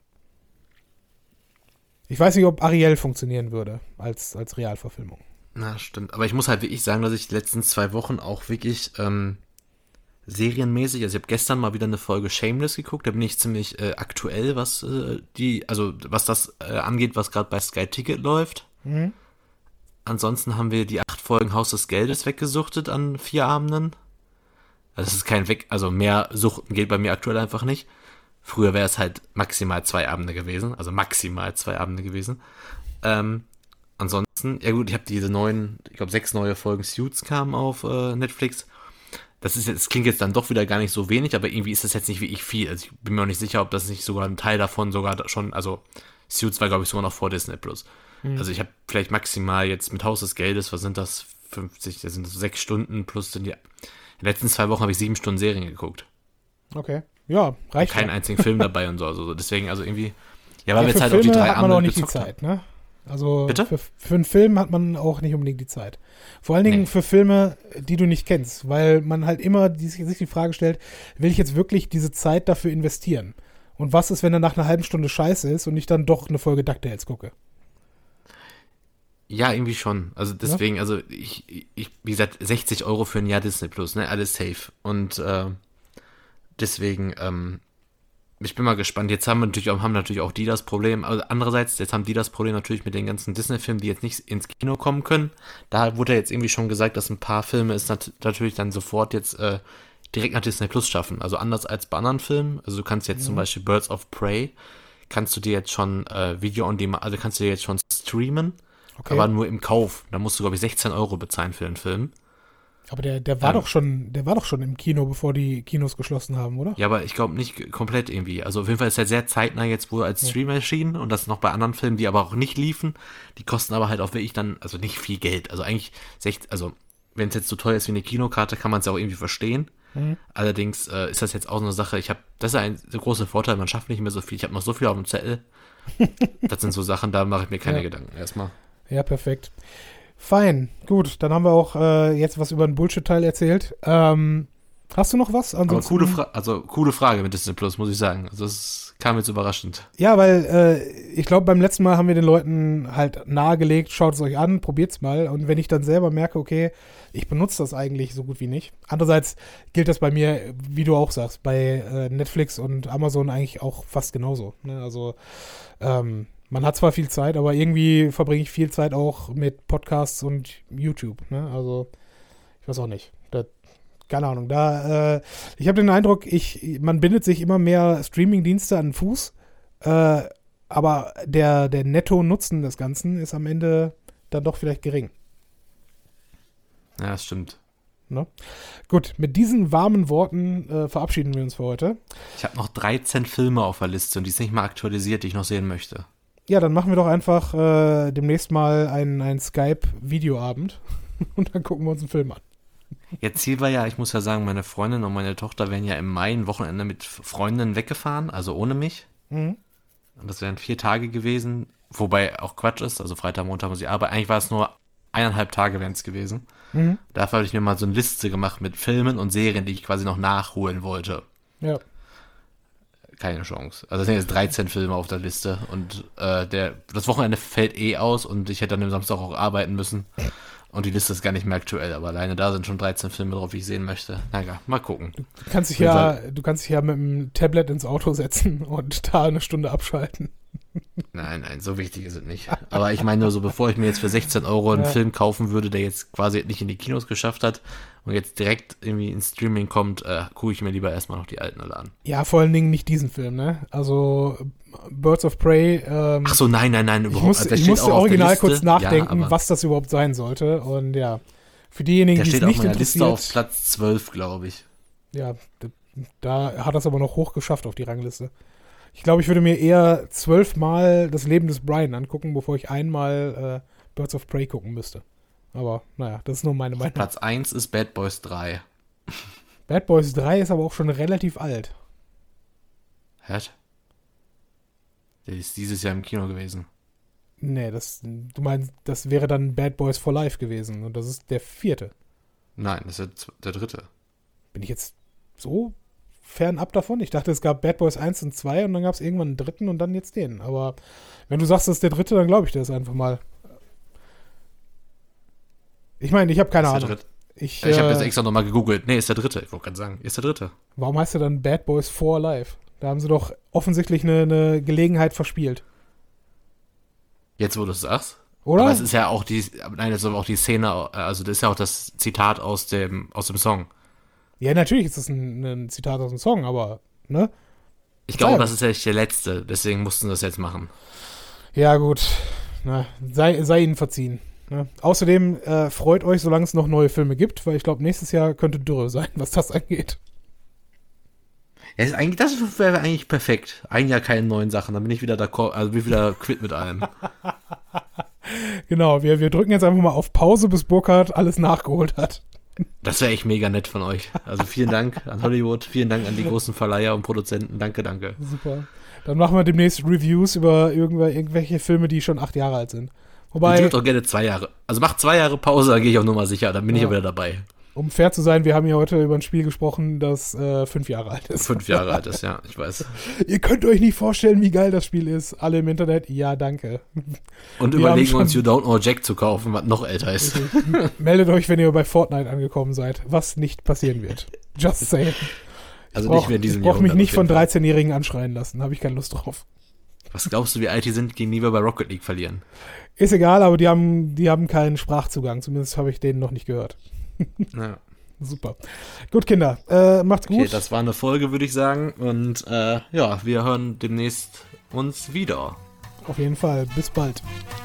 Speaker 1: Ich weiß nicht, ob Ariel funktionieren würde als Realverfilmung.
Speaker 2: Na, stimmt. Aber ich muss halt wirklich sagen, dass ich die letzten 2 Wochen auch wirklich serienmäßig, also ich habe gestern mal wieder eine Folge Shameless geguckt, da bin ich ziemlich aktuell, was das angeht, was gerade bei Sky Ticket läuft.
Speaker 1: Mhm.
Speaker 2: Ansonsten haben wir die 8 Folgen Haus des Geldes weggesuchtet an 4 Abenden. Also es ist kein also mehr Suchten geht bei mir aktuell einfach nicht. Früher wäre es halt maximal 2 Abende gewesen, also maximal 2 Abende gewesen. Ansonsten, ja gut, ich habe diese 6 neue Folgen Suits kamen auf Netflix. Das klingt jetzt dann doch wieder gar nicht so wenig, aber irgendwie ist das jetzt nicht wirklich viel. Also ich bin mir auch nicht sicher, ob das nicht sogar ein Teil davon sogar schon, also Suits war glaube ich sogar noch vor Disney Plus. Also ich habe vielleicht maximal jetzt mit Haus des Geldes, was sind das, 50, das sind so 6 Stunden plus in den letzten 2 Wochen habe ich 7 Stunden Serien geguckt.
Speaker 1: Okay, ja, reicht.
Speaker 2: Keinen einzigen Film dabei und so. Also deswegen, also irgendwie, ja, weil
Speaker 1: Ja,
Speaker 2: wir jetzt
Speaker 1: für
Speaker 2: halt auch die
Speaker 1: Filme
Speaker 2: 3
Speaker 1: hat man auch
Speaker 2: Abende
Speaker 1: nicht die
Speaker 2: gezockt haben.
Speaker 1: Zeit, ne? Also
Speaker 2: Bitte?
Speaker 1: für einen Film hat man auch nicht unbedingt die Zeit. Vor allen Dingen
Speaker 2: Nee.
Speaker 1: für Filme, die du nicht kennst, weil man halt immer sich die Frage stellt, will ich jetzt wirklich diese Zeit dafür investieren? Und was ist, wenn er nach einer halben Stunde scheiße ist und ich dann doch eine Folge DuckTales gucke?
Speaker 2: Ja, irgendwie schon. Also deswegen, also ich, wie gesagt, 60 Euro für ein Jahr Disney Plus, ne? Alles safe. Und deswegen, ich bin mal gespannt. Jetzt haben natürlich auch die das Problem, also andererseits, jetzt haben die das Problem natürlich mit den ganzen Disney-Filmen, die jetzt nicht ins Kino kommen können. Da wurde jetzt irgendwie schon gesagt, dass ein paar Filme es natürlich dann sofort jetzt direkt nach Disney Plus schaffen. Also anders als bei anderen Filmen. Also du kannst jetzt zum Beispiel Birds of Prey, kannst du dir jetzt schon Video on Demand, also kannst du dir jetzt schon streamen, aber nur im Kauf. Da musst du, glaube ich, 16 Euro bezahlen für den Film.
Speaker 1: Aber der war doch schon im Kino, bevor die Kinos geschlossen haben, oder?
Speaker 2: Ja, aber ich glaube nicht komplett irgendwie. Also auf jeden Fall ist er sehr zeitnah jetzt wohl als Stream erschienen und das noch bei anderen Filmen, die aber auch nicht liefen. Die kosten aber halt auch wirklich dann, also nicht viel Geld. Also eigentlich, also wenn es jetzt so teuer ist wie eine Kinokarte, kann man es ja auch irgendwie verstehen. Allerdings ist das jetzt auch so eine Sache, das ist der große Vorteil, man schafft nicht mehr so viel. Ich habe noch so viel auf dem Zettel. Das sind so Sachen, da mache ich mir keine Gedanken erstmal.
Speaker 1: Ja, perfekt. Fein, gut, dann haben wir auch jetzt was über den Bullshit-Teil erzählt. Hast du noch was? Ansonsten,
Speaker 2: Aber coole Frage mit Disney Plus, muss ich sagen. Also das kam jetzt überraschend.
Speaker 1: ja, weil ich glaube, beim letzten Mal haben wir den Leuten halt nahegelegt, schaut es euch an, probiert's mal. Und wenn ich dann selber merke, okay, ich benutze das eigentlich so gut wie nicht. Andererseits gilt das bei mir, wie du auch sagst, bei Netflix und Amazon eigentlich auch fast genauso. Ne? Also man hat zwar viel Zeit, aber irgendwie verbringe ich viel Zeit auch mit Podcasts und YouTube. Ne? Also ich weiß auch nicht. Keine Ahnung. Ich habe den Eindruck, man bindet sich immer mehr Streaming-Dienste an den Fuß, aber der Netto-Nutzen des Ganzen ist am Ende dann doch vielleicht gering.
Speaker 2: Ja, das stimmt.
Speaker 1: Ne? Gut, mit diesen warmen Worten verabschieden wir uns für heute.
Speaker 2: Ich habe noch 13 Filme auf der Liste und die ist nicht mal aktualisiert, die ich noch sehen möchte.
Speaker 1: Ja, dann machen wir doch einfach demnächst mal einen Skype-Videoabend und dann gucken wir uns einen Film an.
Speaker 2: Jetzt Ziel war ja, ich muss ja sagen, meine Freundin und meine Tochter wären ja im Mai ein Wochenende mit Freundinnen weggefahren, also ohne mich. Und das wären 4 Tage gewesen, wobei auch Quatsch ist, also Freitag, Montag muss ich arbeiten. Eigentlich war es nur 1,5 Tage wären es gewesen. Dafür habe ich mir mal so eine Liste gemacht mit Filmen und Serien, die ich quasi noch nachholen wollte.
Speaker 1: Ja.
Speaker 2: Keine Chance. Also es sind jetzt 13 Filme auf der Liste und das Wochenende fällt aus und ich hätte dann am Samstag auch arbeiten müssen. Und die Liste ist gar nicht mehr aktuell, aber alleine da sind schon 13 Filme drauf, die ich sehen möchte. Naja, mal gucken.
Speaker 1: Du kannst dich ja mit dem Tablet ins Auto setzen und da eine Stunde abschalten.
Speaker 2: Nein, so wichtig ist es nicht. Aber ich meine nur so, bevor ich mir jetzt für 16 Euro einen Film kaufen würde, der jetzt quasi nicht in die Kinos geschafft hat und jetzt direkt irgendwie ins Streaming kommt, gucke ich mir lieber erstmal noch die alten alle an.
Speaker 1: Ja, vor allen Dingen nicht diesen Film, ne? Also Birds of Prey.
Speaker 2: Ach so, nein, überhaupt.
Speaker 1: Ich musste original kurz nachdenken,
Speaker 2: ja,
Speaker 1: was das überhaupt sein sollte. Und ja, für diejenigen,
Speaker 2: der
Speaker 1: die es
Speaker 2: steht auf
Speaker 1: nicht
Speaker 2: meiner Liste
Speaker 1: interessiert,
Speaker 2: auf Platz 12, glaube ich.
Speaker 1: Ja, da hat das aber noch hoch geschafft auf die Rangliste. Ich glaube, ich würde mir eher 12 Mal das Leben des Brian angucken, bevor ich einmal Birds of Prey gucken müsste. Aber naja, das ist nur meine Meinung.
Speaker 2: Platz 1 ist Bad Boys 3.
Speaker 1: Bad Boys 3 ist aber auch schon relativ alt.
Speaker 2: Hä? Der ist dieses Jahr im Kino gewesen.
Speaker 1: Nee, du meinst, das wäre dann Bad Boys for Life gewesen. Und das ist der 4.
Speaker 2: Nein, das ist der 3.
Speaker 1: Bin ich jetzt so fernab davon? Ich dachte, es gab Bad Boys 1 und 2 und dann gab es irgendwann einen 3. und dann jetzt den. Aber wenn du sagst, das ist der 3., dann glaube ich dir das einfach mal. Ich meine, ich habe keine Ahnung. Ich
Speaker 2: habe das extra nochmal gegoogelt. Nee, ist der 3. Ich wollte gerade sagen, ist der 3.
Speaker 1: Warum heißt er dann Bad Boys for Life? Da haben sie doch offensichtlich eine Gelegenheit verspielt.
Speaker 2: Jetzt, wo du es sagst.
Speaker 1: Oder?
Speaker 2: Aber es ist ja auch das ist auch die Szene, also das ist ja auch das Zitat aus dem Song.
Speaker 1: Ja, natürlich ist das ein Zitat aus dem Song, aber, ne?
Speaker 2: Ich glaube, das ist ja nicht der letzte, deswegen mussten sie das jetzt machen.
Speaker 1: Ja, gut. Na, sei ihnen verziehen. Ne? Außerdem freut euch, solange es noch neue Filme gibt, weil ich glaube, nächstes Jahr könnte Dürre sein, was das angeht.
Speaker 2: Ja, das wäre eigentlich perfekt. Ein Jahr keine neuen Sachen, dann bin ich wieder d'accord, also bin ich wieder quitt mit allem.
Speaker 1: Genau, wir drücken jetzt einfach mal auf Pause, bis Burkhard alles nachgeholt hat.
Speaker 2: Das wäre echt mega nett von euch. Also vielen Dank an Hollywood, vielen Dank an die großen Verleiher und Produzenten. Danke, danke.
Speaker 1: Super. Dann machen wir demnächst Reviews über irgendwelche Filme, die schon 8 Jahre alt sind. Wobei,
Speaker 2: ich würde auch gerne 2 Jahre. Also macht 2 Jahre Pause, dann gehe ich auf Nummer sicher, dann bin ich auch wieder dabei.
Speaker 1: Um fair zu sein, wir haben hier heute über ein Spiel gesprochen, das 5 Jahre alt ist.
Speaker 2: 5 Jahre alt ist, ja, ich weiß.
Speaker 1: Ihr könnt euch nicht vorstellen, wie geil das Spiel ist. Alle im Internet, ja, danke.
Speaker 2: Und wir überlegen uns You Don't Know Jack zu kaufen, was noch älter ist.
Speaker 1: Meldet euch, wenn ihr bei Fortnite angekommen seid, was nicht passieren wird. Just saying.
Speaker 2: Also nicht mehr in diesem
Speaker 1: Jahr. Ich brauche mich nicht von
Speaker 2: Fall.
Speaker 1: 13-Jährigen anschreien lassen, habe ich keine Lust drauf.
Speaker 2: Was glaubst du, wie alt die sind, gegen die wir bei Rocket League verlieren?
Speaker 1: Ist egal, aber die haben keinen Sprachzugang. Zumindest habe ich den noch nicht gehört.
Speaker 2: Ja.
Speaker 1: Super. Gut, Kinder. Macht's gut.
Speaker 2: Okay, das war eine Folge, würde ich sagen. Und ja, wir hören demnächst uns wieder.
Speaker 1: Auf jeden Fall. Bis bald.